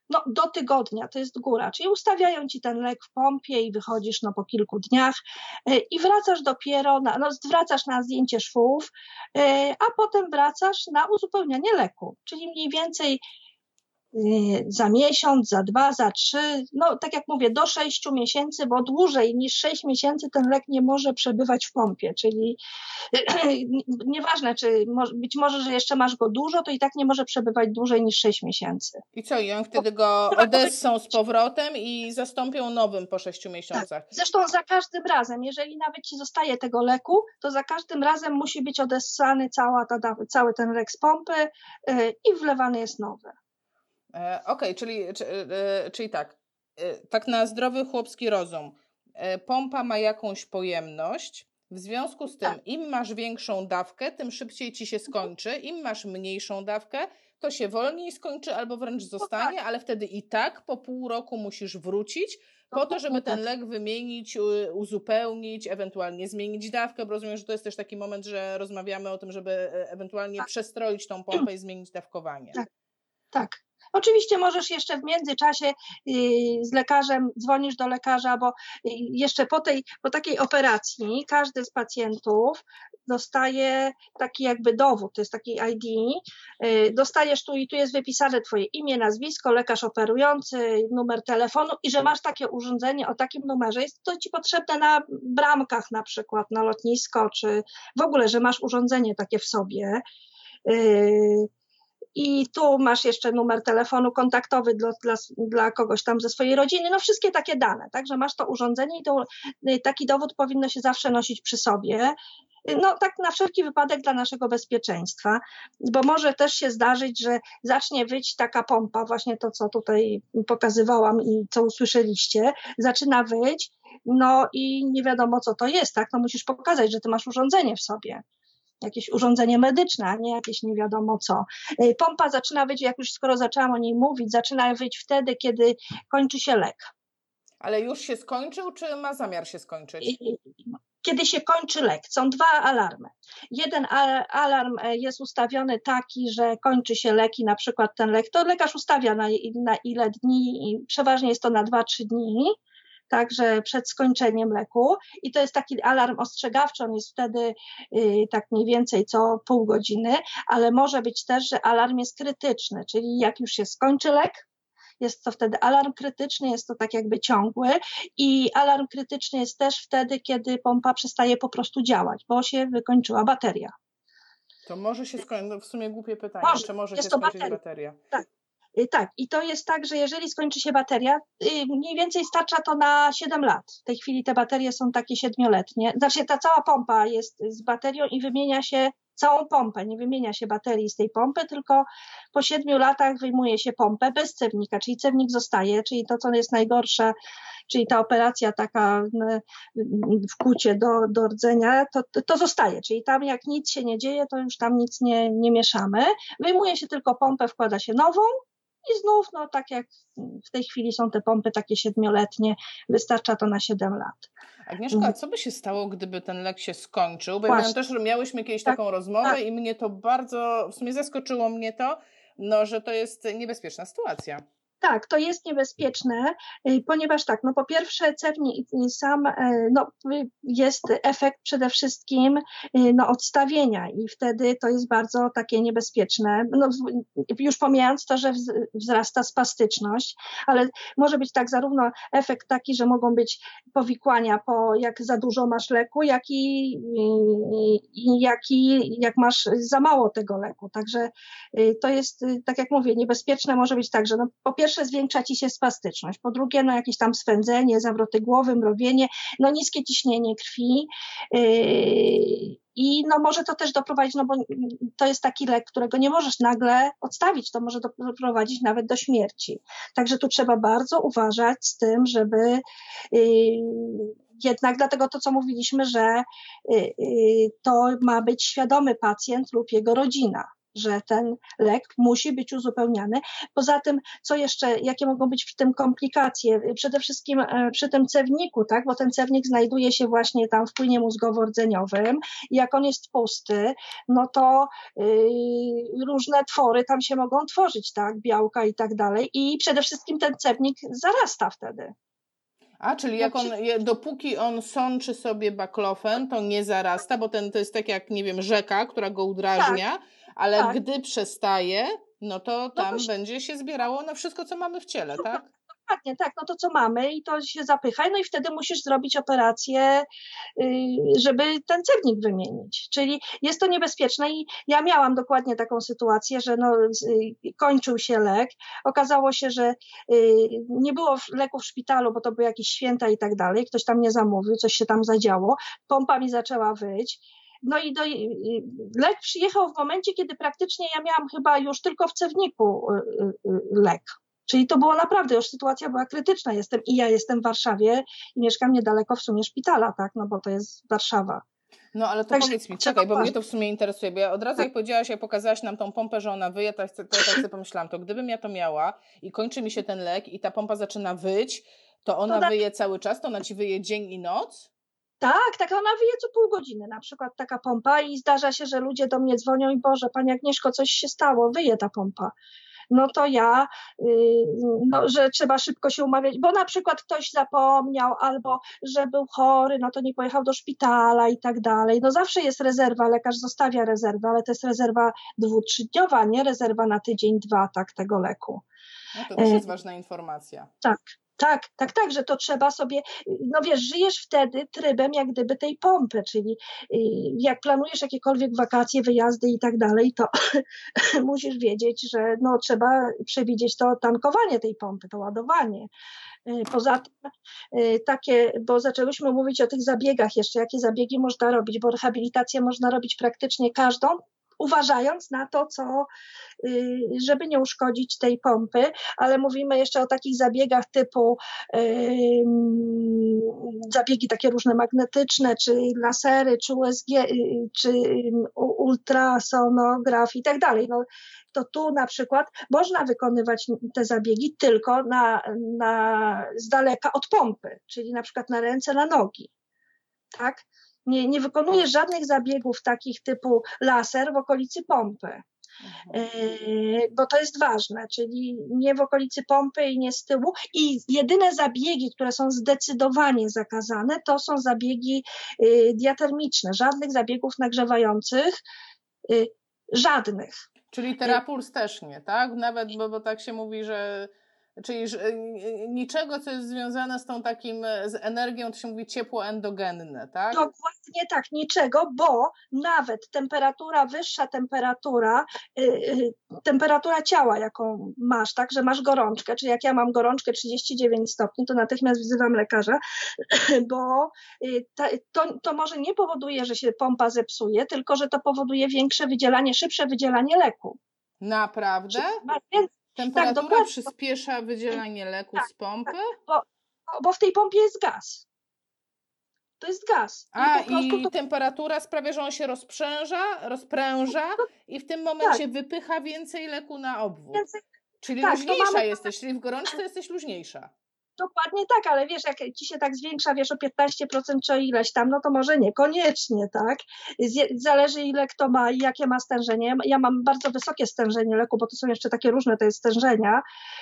no, do tygodnia, to jest góra, czyli ustawiają ci ten lek w pompie i wychodzisz no, po kilku dniach i wracasz dopiero, na, no, wracasz na zdjęcie szwów, a potem wracasz na uzupełnianie leku, czyli mniej więcej za miesiąc, za dwa, za trzy, no tak jak mówię, do sześciu miesięcy, bo dłużej niż sześć miesięcy ten lek nie może przebywać w pompie, czyli nieważne, czy być może, że jeszcze masz go dużo, to i tak nie może przebywać dłużej niż sześć miesięcy. I co, i oni wtedy go odessą z powrotem i zastąpią nowym po sześciu miesiącach? Tak. Zresztą za każdym razem, jeżeli nawet ci zostaje tego leku, to za każdym razem musi być odessany cała ta, cały ten lek z pompy yy, i wlewany jest nowy. Okej, okay, czyli, czyli tak, tak na zdrowy chłopski rozum. Pompa ma jakąś pojemność, w związku z tym tak. Im masz większą dawkę, tym szybciej ci się skończy, im masz mniejszą dawkę, to się wolniej skończy albo wręcz zostanie, no tak. Ale wtedy i tak po pół roku musisz wrócić po to, żeby ten lek wymienić, uzupełnić, ewentualnie zmienić dawkę, bo rozumiem, że to jest też taki moment, że rozmawiamy o tym, żeby ewentualnie tak. przestroić tą pompę i zmienić dawkowanie. Tak, tak. Oczywiście możesz jeszcze w międzyczasie z lekarzem, dzwonisz do lekarza, bo jeszcze po tej, po takiej operacji każdy z pacjentów dostaje taki jakby dowód, to jest taki I D, dostajesz tu i tu jest wypisane twoje imię, nazwisko, lekarz operujący, numer telefonu i że masz takie urządzenie o takim numerze, jest to ci potrzebne na bramkach na przykład, na lotnisko, czy w ogóle, że masz urządzenie takie w sobie. I tu masz jeszcze numer telefonu kontaktowy dla, dla, dla kogoś tam ze swojej rodziny, no wszystkie takie dane, tak, że masz to urządzenie i to, taki dowód powinno się zawsze nosić przy sobie, no tak na wszelki wypadek dla naszego bezpieczeństwa, bo może też się zdarzyć, że zacznie wyć taka pompa, właśnie to, co tutaj pokazywałam i co usłyszeliście, zaczyna wyć, no i nie wiadomo, co to jest, tak, no musisz pokazać, że ty masz urządzenie w sobie. Jakieś urządzenie medyczne, a nie jakieś nie wiadomo co. Pompa zaczyna wyć, jak już skoro zaczęłam o niej mówić, zaczyna wyć wtedy, kiedy kończy się lek. Ale już się skończył, czy ma zamiar się skończyć? Kiedy się kończy lek. Są dwa alarmy. Jeden alarm jest ustawiony taki, że kończy się lek i na przykład ten lek, to lekarz ustawia na, na ile dni, i przeważnie jest to na dwa trzy dni, także przed skończeniem leku i to jest taki alarm ostrzegawczy, on jest wtedy yy, tak mniej więcej co pół godziny, ale może być też, że alarm jest krytyczny, czyli jak już się skończy lek, jest to wtedy alarm krytyczny, jest to tak jakby ciągły i alarm krytyczny jest też wtedy, kiedy pompa przestaje po prostu działać, bo się wykończyła bateria. To może się skończyć, no w sumie głupie pytanie, może, czy może się jest skończyć bateria. bateria? Tak. Tak, i to jest tak, że jeżeli skończy się bateria, mniej więcej starcza to na siedem lat. W tej chwili te baterie są takie siedmioletnie. Znaczy ta cała pompa jest z baterią i wymienia się całą pompę. Nie wymienia się baterii z tej pompy, tylko po siedmiu latach wyjmuje się pompę bez cewnika, czyli cewnik zostaje, czyli to, co jest najgorsze, czyli ta operacja taka w kucie do, do rdzenia, to, to zostaje. Czyli tam jak nic się nie dzieje, to już tam nic nie, nie mieszamy. Wyjmuje się tylko pompę, wkłada się nową, i znów, no tak jak w tej chwili są te pompy takie siedmioletnie, wystarcza to na siedem lat. Agnieszka, a co by się stało, gdyby ten lek się skończył? Bo Właśnie. ja też miałyśmy kiedyś tak, taką rozmowę tak. i mnie to bardzo, w sumie zaskoczyło mnie to, no, że to jest niebezpieczna sytuacja. Tak, to jest niebezpieczne, ponieważ tak, no po pierwsze cewnik sam, no jest efekt przede wszystkim no odstawienia i wtedy to jest bardzo takie niebezpieczne, no już pomijając to, że wzrasta spastyczność, ale może być tak zarówno efekt taki, że mogą być powikłania po jak za dużo masz leku, jak i, i, jak, i jak masz za mało tego leku, także to jest, tak jak mówię, niebezpieczne może być tak, że no po pierwsze pierwsze zwiększa ci się spastyczność, po drugie no jakieś tam swędzenie, zawroty głowy, mrowienie, no niskie ciśnienie krwi yy, i no może to też doprowadzić, no bo to jest taki lek, którego nie możesz nagle odstawić, to może doprowadzić nawet do śmierci. Także tu trzeba bardzo uważać z tym, żeby yy, jednak dlatego to, co mówiliśmy, że yy, to ma być świadomy pacjent lub jego rodzina. że ten lek musi być uzupełniany. Poza tym, co jeszcze, jakie mogą być przy tym komplikacje? Przede wszystkim przy tym cewniku, tak, bo ten cewnik znajduje się właśnie tam w płynie mózgowo-rdzeniowym i jak on jest pusty, no to yy, różne twory tam się mogą tworzyć, tak, białka i tak dalej i przede wszystkim ten cewnik zarasta wtedy. A, czyli jak on, dopóki on sączy sobie baklofen, to nie zarasta, bo ten to jest tak jak, nie wiem, rzeka, która go udrażnia, tak, ale tak. Gdy przestaje, no to tam no to się... będzie się zbierało na wszystko, co mamy w ciele, tak? Dokładnie, tak, no to co mamy i to się zapycha, no i wtedy musisz zrobić operację, żeby ten cewnik wymienić, czyli jest to niebezpieczne i ja miałam dokładnie taką sytuację, że no, kończył się lek, okazało się, że nie było leku w szpitalu, bo to były jakieś święta i tak dalej, ktoś tam nie zamówił, coś się tam zadziało, pompa mi zaczęła wyć. No i do, lek przyjechał w momencie, kiedy praktycznie ja miałam chyba już tylko w cewniku lek. Czyli to było naprawdę, już sytuacja była krytyczna. Jestem i ja jestem w Warszawie i mieszkam niedaleko w sumie szpitala, tak, no bo to jest Warszawa. No ale to Także powiedz mi, czekaj, bo mnie to w sumie interesuje, bo ja od razu tak. jak powiedziałaś, jak pokazałaś nam tą pompę, że ona wyje, to ja tak sobie pomyślałam, to gdybym ja to miała i kończy mi się ten lek i ta pompa zaczyna wyć, to ona to tak. wyje cały czas, to ona ci wyje dzień i noc? Tak, tak, ona wyje co pół godziny, na przykład taka pompa i zdarza się, że ludzie do mnie dzwonią i Boże, Pani Agnieszko, coś się stało, wyje ta pompa. No to ja, no, że trzeba szybko się umawiać, bo na przykład ktoś zapomniał albo że był chory, no to nie pojechał do szpitala i tak dalej. No zawsze jest rezerwa, lekarz zostawia rezerwę, ale to jest rezerwa dwu, trzydniowa, nie rezerwa na tydzień, dwa, tak, tego leku. No to też jest ważna informacja. Tak. Tak, tak, tak, że to trzeba sobie, no wiesz, żyjesz wtedy trybem jak gdyby tej pompy, czyli jak planujesz jakiekolwiek wakacje, wyjazdy i tak dalej, to musisz wiedzieć, że no trzeba przewidzieć to tankowanie tej pompy, to ładowanie. Poza tym takie, bo zaczęłyśmy mówić o tych zabiegach jeszcze, jakie zabiegi można robić, bo rehabilitację można robić praktycznie każdą, uważając na to, co, żeby nie uszkodzić tej pompy, ale mówimy jeszcze o takich zabiegach typu yy, zabiegi takie różne magnetyczne, czy lasery, czy U S G, czy ultrasonograf i tak dalej. No, to tu na przykład można wykonywać te zabiegi tylko na, na, z daleka od pompy, czyli na przykład na ręce, na nogi. Tak? Nie, nie wykonujesz żadnych zabiegów takich typu laser w okolicy pompy, mhm. yy, bo to jest ważne, czyli nie w okolicy pompy i nie z tyłu. I jedyne zabiegi, które są zdecydowanie zakazane, to są zabiegi yy, diatermiczne, żadnych zabiegów nagrzewających, yy, żadnych. Czyli terapuls też nie, tak? Nawet, bo, bo tak się mówi, że czyli że niczego, co jest związane z tą takim, z energią, to się mówi ciepło endogenne, tak? Dokładnie tak, niczego, bo nawet temperatura, wyższa temperatura, yy, temperatura ciała, jaką masz, tak, że masz gorączkę, czyli jak ja mam gorączkę trzydzieści dziewięć stopni, to natychmiast wzywam lekarza, bo yy, ta, to, to może nie powoduje, że się pompa zepsuje, tylko że to powoduje większe wydzielanie, szybsze wydzielanie leku. Naprawdę? Więc temperatura tak, przyspiesza wydzielanie leku tak, z pompy? Tak, bo, bo w tej pompie jest gaz. To jest gaz. A, i to... temperatura sprawia, że on się rozprzęża, rozpręża i w tym momencie tak. wypycha więcej leku na obwód. Więcej... Czyli tak, luźniejsza mamy... jesteś, czyli w gorączce jesteś luźniejsza. Dokładnie tak, ale wiesz, jak ci się tak zwiększa, wiesz, o piętnaście procent czy o ileś tam, no to może niekoniecznie, tak? Zależy ile kto ma i jakie ma stężenie. Ja mam bardzo wysokie stężenie leku, bo to są jeszcze takie różne te stężenia.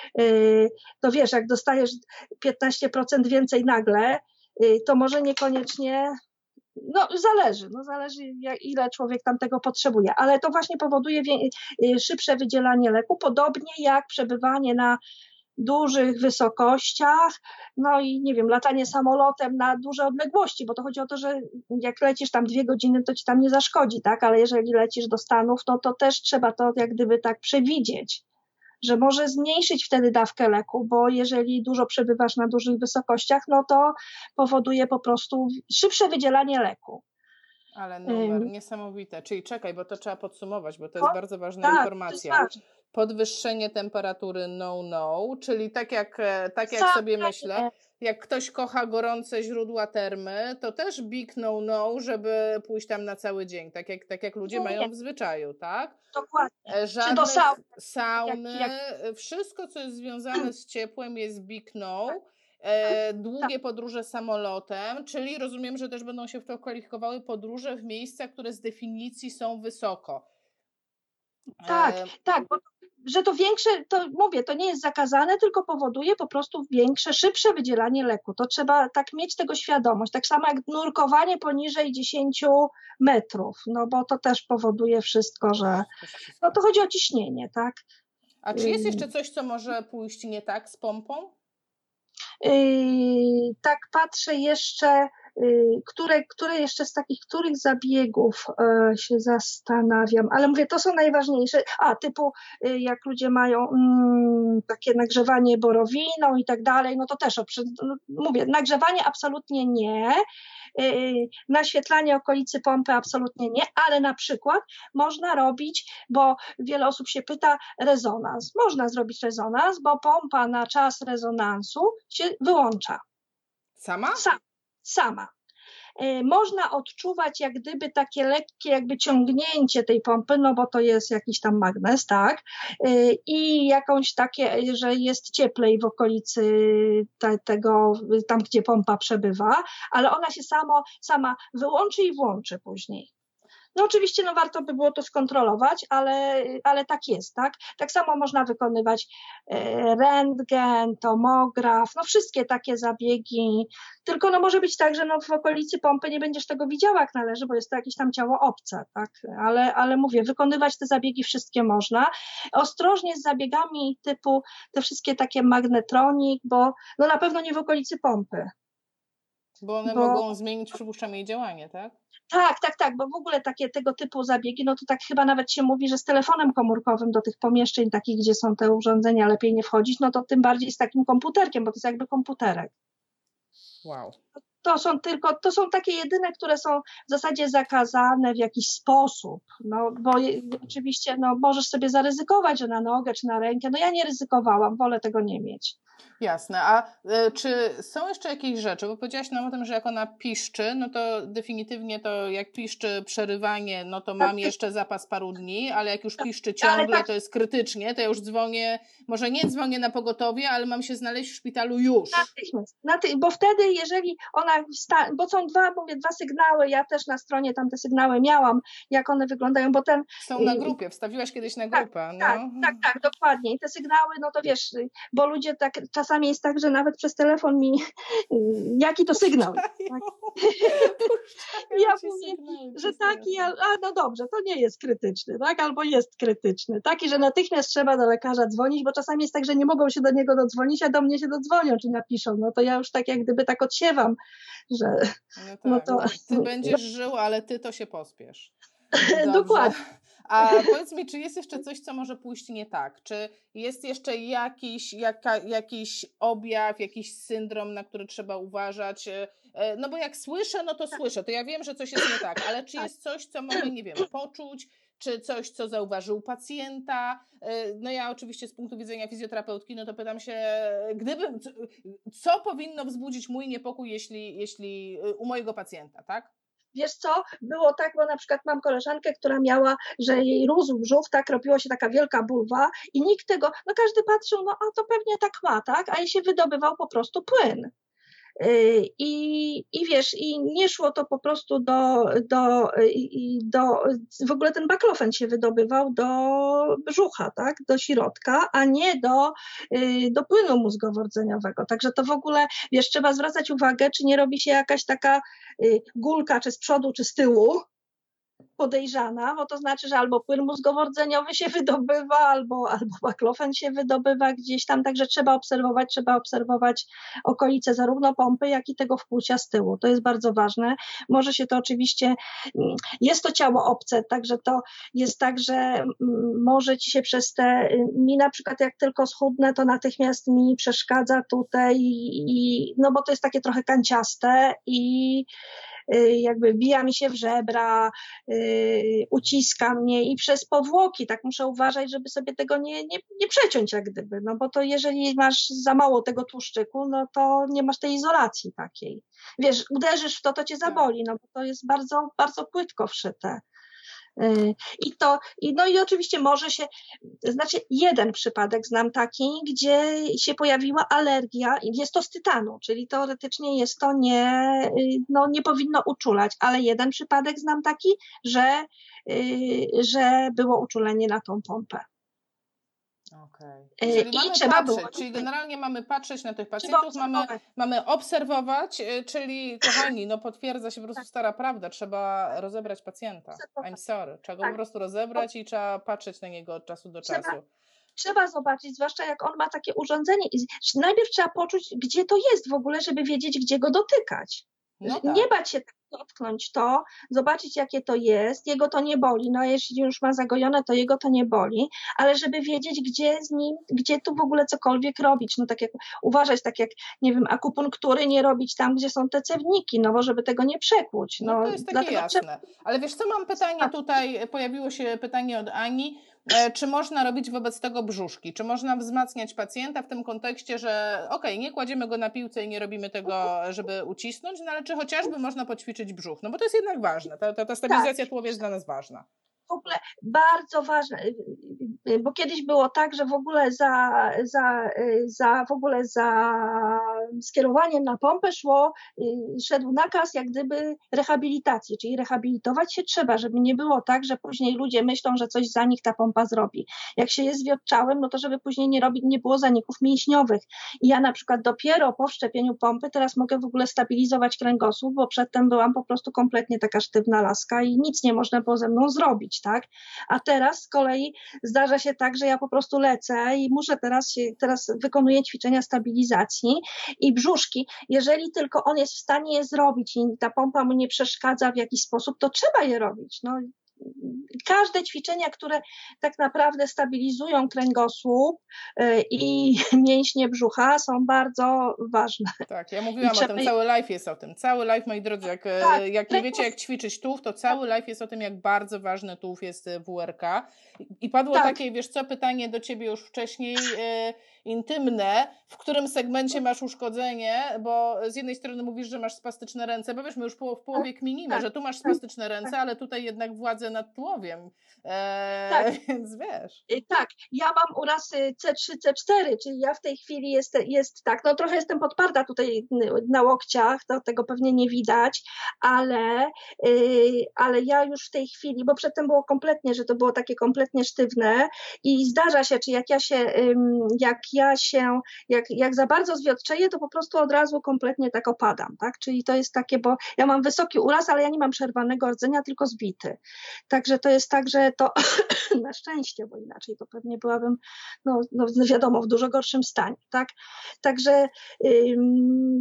To wiesz, jak dostajesz piętnaście procent więcej nagle, to może niekoniecznie, no zależy, no zależy jak, ile człowiek tam tego potrzebuje, ale to właśnie powoduje wie, szybsze wydzielanie leku, podobnie jak przebywanie na dużych wysokościach, no i nie wiem, latanie samolotem na duże odległości, bo to chodzi o to, że jak lecisz tam dwie godziny, to ci tam nie zaszkodzi, tak, ale jeżeli lecisz do Stanów, no to też trzeba to jak gdyby tak przewidzieć, że może zmniejszyć wtedy dawkę leku, bo jeżeli dużo przebywasz na dużych wysokościach, no to powoduje po prostu szybsze wydzielanie leku. Ale numer, um, niesamowite. Czyli czekaj, bo to trzeba podsumować, bo to jest o, bardzo ważna tak, informacja. To jest podwyższenie temperatury no, no, czyli tak jak, tak jak Wcale sobie myślę, nie. jak ktoś kocha gorące źródła termy, to też big no, no, żeby pójść tam na cały dzień, tak jak, tak jak ludzie Nie, mają nie, w zwyczaju, tak? dokładnie. Czy do Żadnych sauny, tak jak, sauny, jak wszystko, co jest związane z ciepłem, jest big no. E, długie podróże samolotem, czyli rozumiem, że też będą się w to kwalifikowały podróże w miejsca, które z definicji są wysoko. Tak, E, tak, bo że to większe, to mówię, to nie jest zakazane, tylko powoduje po prostu większe, szybsze wydzielanie leku. To trzeba tak mieć tego świadomość. Tak samo jak nurkowanie poniżej dziesięć metrów, no bo to też powoduje wszystko, że no to chodzi o ciśnienie, tak? A czy jest jeszcze coś, co może pójść nie tak z pompą? Yy, tak patrzę jeszcze, yy, które, które jeszcze z takich, których zabiegów yy, się zastanawiam, ale mówię, to są najważniejsze, a typu yy, jak ludzie mają yy, takie nagrzewanie borowiną i tak dalej, no to też, no, mówię, nagrzewanie absolutnie nie, yy, naświetlanie okolicy pompy absolutnie nie, ale na przykład można robić, bo wiele osób się pyta, rezonans. Można zrobić rezonans, bo pompa na czas rezonansu się wyłącza. Sama? Sa, sama. Yy, można odczuwać jak gdyby takie lekkie jakby ciągnięcie tej pompy, no bo to jest jakiś tam magnes, tak? Yy, I jakąś takie, że jest cieplej w okolicy te, tego, tam gdzie pompa przebywa, ale ona się samo, sama wyłączy i włączy później. No oczywiście no warto by było to skontrolować, ale, ale tak jest, tak? Tak samo można wykonywać rentgen, tomograf, no wszystkie takie zabiegi, tylko no może być tak, że no w okolicy pompy nie będziesz tego widziała jak należy, bo jest to jakieś tam ciało obce, tak? Ale, ale mówię, wykonywać te zabiegi wszystkie można. Ostrożnie z zabiegami typu te wszystkie takie magnetronik, bo no na pewno nie w okolicy pompy. Bo one bo... mogą zmienić, przypuszczam, jej działanie, tak? Tak, tak, tak, bo w ogóle takie tego typu zabiegi, no to tak chyba nawet się mówi, że z telefonem komórkowym do tych pomieszczeń takich, gdzie są te urządzenia, lepiej nie wchodzić, no to tym bardziej z takim komputerkiem, bo to jest jakby komputerek. Wow. To są tylko, to są takie jedyne, które są w zasadzie zakazane w jakiś sposób, no bo je, oczywiście, no możesz sobie zaryzykować, że na nogę czy na rękę, no ja nie ryzykowałam, wolę tego nie mieć. Jasne, a y, czy są jeszcze jakieś rzeczy, bo powiedziałaś nam o tym, że jak ona piszczy, no to definitywnie to jak piszczy przerywanie, no to mam jeszcze zapas paru dni, ale jak już piszczy ciągle, to jest krytycznie, to ja już dzwonię, może nie dzwonię na pogotowie, ale mam się znaleźć w szpitalu już. Natychmiast, naty- bo wtedy jeżeli ona, wsta- bo są dwa, mówię, dwa sygnały, ja też na stronie tam te sygnały miałam, jak one wyglądają, bo ten... Są na grupie, wstawiłaś kiedyś na grupę. Tak, no. tak, tak, tak, dokładnie. I te sygnały, no to wiesz, bo ludzie tak, czasami jest tak, że nawet przez telefon mi, jaki to sygnał. Tak? I ja mówię, że taki, a, a no dobrze, to nie jest krytyczny, tak, albo jest krytyczny, taki, że natychmiast trzeba do lekarza dzwonić, bo czasami jest tak, że nie mogą się do niego dodzwonić, a do mnie się dodzwonią, czy napiszą, no to ja już tak jak gdyby tak odsiewam, że no, tak, no to... Ty będziesz żył, ale ty to się pospiesz. Dokładnie. A powiedz mi, czy jest jeszcze coś, co może pójść nie tak? Czy jest jeszcze jakiś, jaka, jakiś objaw, jakiś syndrom, na który trzeba uważać? No bo jak słyszę, no to słyszę, to ja wiem, że coś jest nie tak, ale czy jest coś, co mogę, nie wiem, poczuć, czy coś, co zauważył pacjenta? No ja oczywiście z punktu widzenia fizjoterapeutki, no to pytam się, gdybym, co powinno wzbudzić mój niepokój, jeśli, jeśli u mojego pacjenta, tak? Wiesz co, było tak, bo na przykład mam koleżankę, która miała, że jej rósł brzuch, tak, robiła się taka wielka bulwa i nikt tego, no każdy patrzył, no a to pewnie tak ma, tak, a jej się wydobywał po prostu płyn. I, i wiesz, i nie szło to po prostu do, do, do, w ogóle ten baklofen się wydobywał do brzucha, tak, do środka, a nie do, do płynu mózgowo-rdzeniowego. Także to w ogóle, wiesz, trzeba zwracać uwagę, czy nie robi się jakaś taka gulka, czy z przodu, czy z tyłu, podejrzana, bo to znaczy, że albo płyn mózgowo-rdzeniowy się wydobywa, albo, albo baklofen się wydobywa gdzieś tam, także trzeba obserwować, trzeba obserwować okolice zarówno pompy, jak i tego wpłucia z tyłu. To jest bardzo ważne. Może się to oczywiście, jest to ciało obce, także to jest tak, że może ci się przez te, mi na przykład jak tylko schudnę, to natychmiast mi przeszkadza tutaj i, no bo to jest takie trochę kanciaste i jakby wbija mi się w żebra, uciska mnie i przez powłoki, tak muszę uważać, żeby sobie tego nie, nie, nie przeciąć jak gdyby, no bo to jeżeli masz za mało tego tłuszczyku, no to nie masz tej izolacji takiej. Wiesz, uderzysz w to, to cię zaboli, no bo to jest bardzo, bardzo płytko wszyte. I to, i no i oczywiście może się, znaczy jeden przypadek znam taki, gdzie się pojawiła alergia, jest to z tytanu, czyli teoretycznie jest to nie, no nie powinno uczulać, ale jeden przypadek znam taki, że, że było uczulenie na tą pompę. Okay. Czyli I mamy trzeba patrzeć, było, czyli generalnie mamy patrzeć na tych pacjentów, mamy, mamy obserwować, czyli kochani, no potwierdza się po prostu stara prawda, trzeba rozebrać pacjenta. I'm sorry, trzeba go tak. po prostu rozebrać i trzeba patrzeć na niego od czasu do trzeba, czasu. Trzeba zobaczyć, zwłaszcza jak on ma takie urządzenie. I najpierw trzeba poczuć, gdzie to jest w ogóle, żeby wiedzieć, gdzie go dotykać. No tak. Nie bać się dotknąć to, zobaczyć jakie to jest, jego to nie boli, no jeśli już ma zagojone, to jego to nie boli, ale żeby wiedzieć, gdzie z nim, gdzie tu w ogóle cokolwiek robić, no tak jak uważać, tak jak, nie wiem, akupunktury nie robić tam, gdzie są te cewniki, no bo żeby tego nie przekłuć. No, no to jest takie jasne, trzeba... ale wiesz co, mam pytanie tutaj, pojawiło się pytanie od Ani, czy można robić wobec tego brzuszki? Czy można wzmacniać pacjenta w tym kontekście, że okej, okay, nie kładziemy go na piłce i nie robimy tego, żeby ucisnąć, no ale czy chociażby można poćwiczyć brzuch? No bo to jest jednak ważne. Ta, ta, ta stabilizacja tak. tułowia jest dla nas ważna. W ogóle bardzo ważne, bo kiedyś było tak, że w ogóle za, za, za, w ogóle za skierowaniem na pompę szło, szedł nakaz jak gdyby rehabilitacji, czyli rehabilitować się trzeba, żeby nie było tak, że później ludzie myślą, że coś za nich ta pompa zrobi. Jak się jest zwiotczałym, no to żeby później nie robić, nie było zaników mięśniowych. I ja na przykład dopiero po wszczepieniu pompy teraz mogę w ogóle stabilizować kręgosłup, bo przedtem byłam po prostu kompletnie taka sztywna laska i nic nie można było ze mną zrobić. Tak? A teraz z kolei zdarza się tak, że ja po prostu lecę i muszę teraz się, teraz wykonuję ćwiczenia stabilizacji i brzuszki, jeżeli tylko on jest w stanie je zrobić i ta pompa mu nie przeszkadza w jakiś sposób, to trzeba je robić. No, każde ćwiczenia, które tak naprawdę stabilizują kręgosłup i mięśnie brzucha, są bardzo ważne. Tak, ja mówiłam trzeba... o tym, cały live jest o tym. Cały live, moi drodzy, jak, tak, jak nie wiecie, jak ćwiczyć tułów, to cały live jest o tym, jak bardzo ważny tułów jest w W R K. I padło tak. takie, wiesz co, pytanie do ciebie już wcześniej, e, intymne, w którym segmencie masz uszkodzenie, bo z jednej strony mówisz, że masz spastyczne ręce, bo wiesz, my już w połowie kminimy, tak, że tu masz spastyczne ręce, tak. ale tutaj jednak władzę nad tułowiem, e, tak. więc wiesz. Tak, ja mam uraz C trzy, C cztery, czyli ja w tej chwili jest, jest tak, no trochę jestem podparta tutaj na łokciach, to tego pewnie nie widać, ale, yy, ale ja już w tej chwili, bo przedtem było kompletnie, że to było takie kompletnie sztywne i zdarza się, czy jak ja się, yy, jak ja się, jak, jak za bardzo zwiotczeję, to po prostu od razu kompletnie tak opadam, tak, czyli to jest takie, bo ja mam wysoki uraz, ale ja nie mam przerwanego rdzenia, tylko zbity, także to jest tak, że to na szczęście, bo inaczej to pewnie byłabym, no, no wiadomo, w dużo gorszym stanie, tak? Także ym,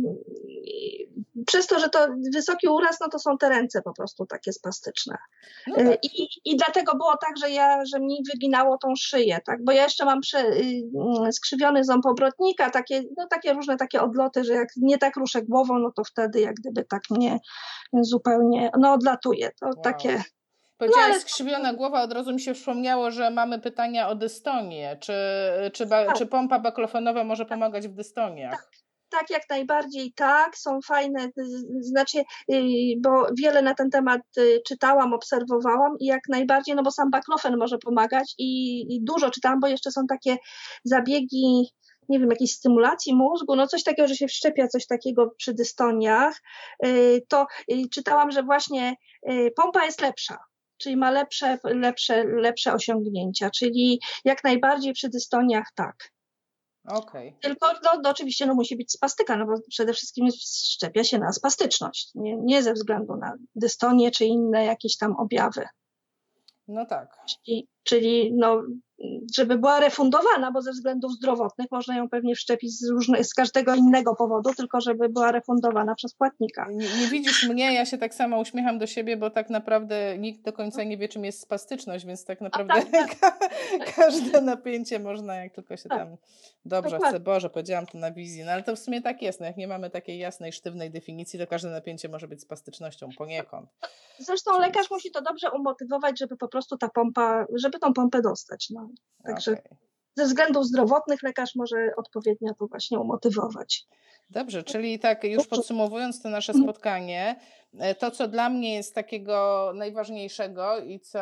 przez to, że to wysoki uraz, no to są te ręce po prostu takie spastyczne. No tak. I, I dlatego było tak, że ja, że mi wyginało tą szyję, tak? Bo ja jeszcze mam prze, y, skrzywiony ząb obrotnika, takie, no takie różne takie odloty, że jak nie tak ruszę głową, no to wtedy jak gdyby tak mnie zupełnie, no odlatuje. To wow. takie... Powiedziałaś no, ale... skrzywiona głowa, od razu mi się przypomniało, że mamy pytania o dystonię. Czy, czy, ba, tak. czy pompa baklofenowa może pomagać w dystoniach? Tak. Tak, jak najbardziej tak, są fajne, znaczy, bo wiele na ten temat czytałam, obserwowałam i jak najbardziej, no bo sam baklofen może pomagać i, i dużo czytałam, bo jeszcze są takie zabiegi, nie wiem, jakiejś stymulacji mózgu, no coś takiego, że się wszczepia coś takiego przy dystoniach, to czytałam, że właśnie pompa jest lepsza. Czyli ma lepsze, lepsze, lepsze osiągnięcia, czyli jak najbardziej przy dystoniach tak. Okay. Tylko no, no, oczywiście no, musi być spastyka, no bo przede wszystkim szczepia się na spastyczność, nie, nie ze względu na dystonię czy inne jakieś tam objawy. No tak. Czyli, czyli no, żeby była refundowana, bo ze względów zdrowotnych można ją pewnie wszczepić z, różne, z każdego innego powodu, tylko żeby była refundowana przez płatnika. Nie, nie widzisz mnie, ja się tak samo uśmiecham do siebie, bo tak naprawdę nikt do końca nie wie, czym jest spastyczność, więc tak naprawdę tak, tak. ka- każde napięcie można, jak tylko się Tak. tam dobrze Dokładnie. chce. Boże, powiedziałam to na wizji, no ale to w sumie tak jest, no jak nie mamy takiej jasnej, sztywnej definicji, to każde napięcie może być spastycznością poniekąd. Zresztą Czyli- lekarz musi to dobrze umotywować, żeby po prostu ta pompa, żeby tą pompę dostać. No. Także Okej. ze względów zdrowotnych lekarz może odpowiednio to właśnie umotywować. Dobrze, czyli tak już podsumowując to nasze Mhm. spotkanie, e, to co dla mnie jest takiego najważniejszego i co,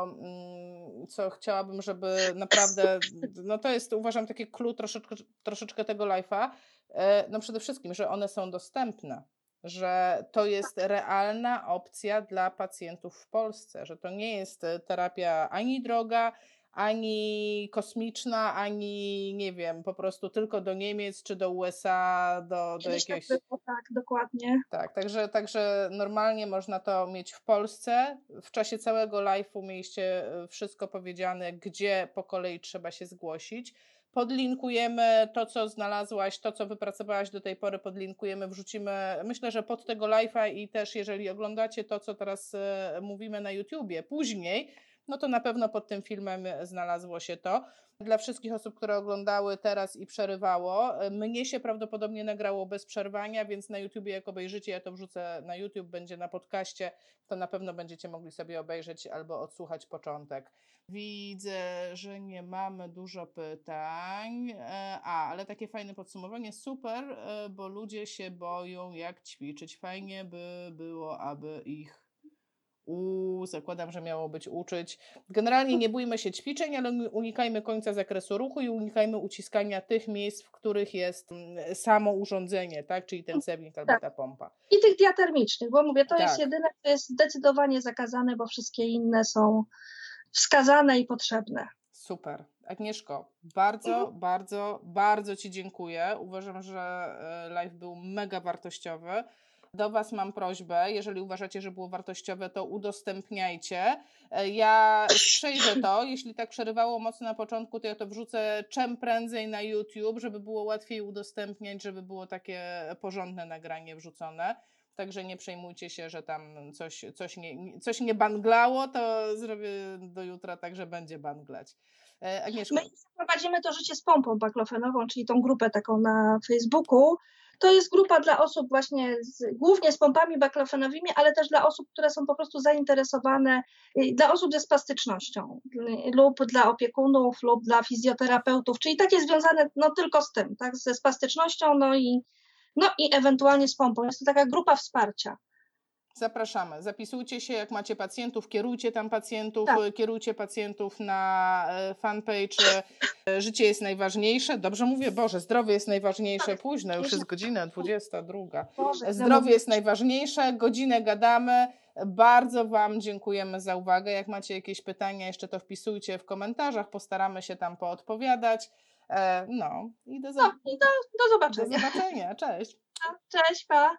mm, co chciałabym, żeby naprawdę, no to jest uważam takie clue troszeczkę, troszeczkę tego live'a, e, no przede wszystkim, że one są dostępne, że to jest realna opcja dla pacjentów w Polsce, że to nie jest e, terapia ani droga, ani kosmiczna, ani nie wiem, po prostu tylko do Niemiec czy do U S A, do, do Kiedyś jakiegoś... tak było, tak, dokładnie. Tak, także, także normalnie można to mieć w Polsce. W czasie całego live'u mieliście wszystko powiedziane, gdzie po kolei trzeba się zgłosić. Podlinkujemy to, co znalazłaś, to, co wypracowałaś do tej pory, podlinkujemy, wrzucimy, myślę, że pod tego live'a i też jeżeli oglądacie to, co teraz e, mówimy na YouTubie później, no to na pewno pod tym filmem znalazło się to. Dla wszystkich osób, które oglądały teraz i przerywało, mnie się prawdopodobnie nagrało bez przerwania, więc na YouTubie jak obejrzycie, ja to wrzucę na YouTube, będzie na podcaście, to na pewno będziecie mogli sobie obejrzeć albo odsłuchać początek. Widzę, że nie mamy dużo pytań. A, ale takie fajne podsumowanie, super, bo ludzie się boją jak ćwiczyć. Fajnie by było, aby ich U, zakładam, że miało być uczyć. Generalnie nie bójmy się ćwiczeń, ale unikajmy końca zakresu ruchu i unikajmy uciskania tych miejsc, w których jest mm, samo urządzenie, tak? Czyli ten cewnik albo Tak. ta pompa. I tych diatermicznych, bo mówię, to Tak. jest jedyne, co jest zdecydowanie zakazane, bo wszystkie inne są wskazane i potrzebne. Super. Agnieszko, bardzo, Mhm. bardzo, bardzo Ci dziękuję. Uważam, że e, live był mega wartościowy. Do Was mam prośbę, jeżeli uważacie, że było wartościowe, to udostępniajcie. E, Ja przejrzę to, jeśli tak przerywało mocno na początku, to ja to wrzucę czym prędzej na YouTube, żeby było łatwiej udostępniać, żeby było takie porządne nagranie wrzucone. Także nie przejmujcie się, że tam coś, coś, nie, coś nie banglało, to zrobię do jutra tak, że będzie banglać. E, Agnieszko. My prowadzimy to życie z pompą baklofenową, czyli tą grupę taką na Facebooku. To jest grupa dla osób właśnie z, głównie z pompami baklofenowymi, ale też dla osób, które są po prostu zainteresowane, dla osób ze spastycznością lub dla opiekunów, lub dla fizjoterapeutów, czyli takie związane no tylko z tym, tak, ze spastycznością, no i, no i ewentualnie z pompą. Jest to taka grupa wsparcia. Zapraszamy, zapisujcie się, jak macie pacjentów, kierujcie tam pacjentów, Tak. kierujcie pacjentów na fanpage. Życie jest najważniejsze. Dobrze mówię? Boże, zdrowie jest najważniejsze. Późno, już jest godzina dwudziesta druga. Boże, Zdrowie jest najważniejsze, godzinę gadamy. Bardzo Wam dziękujemy za uwagę. Jak macie jakieś pytania, jeszcze to wpisujcie w komentarzach, postaramy się tam poodpowiadać. No i do, no, i do, do zobaczenia. do zobaczenia. Cześć. Cześć, pa.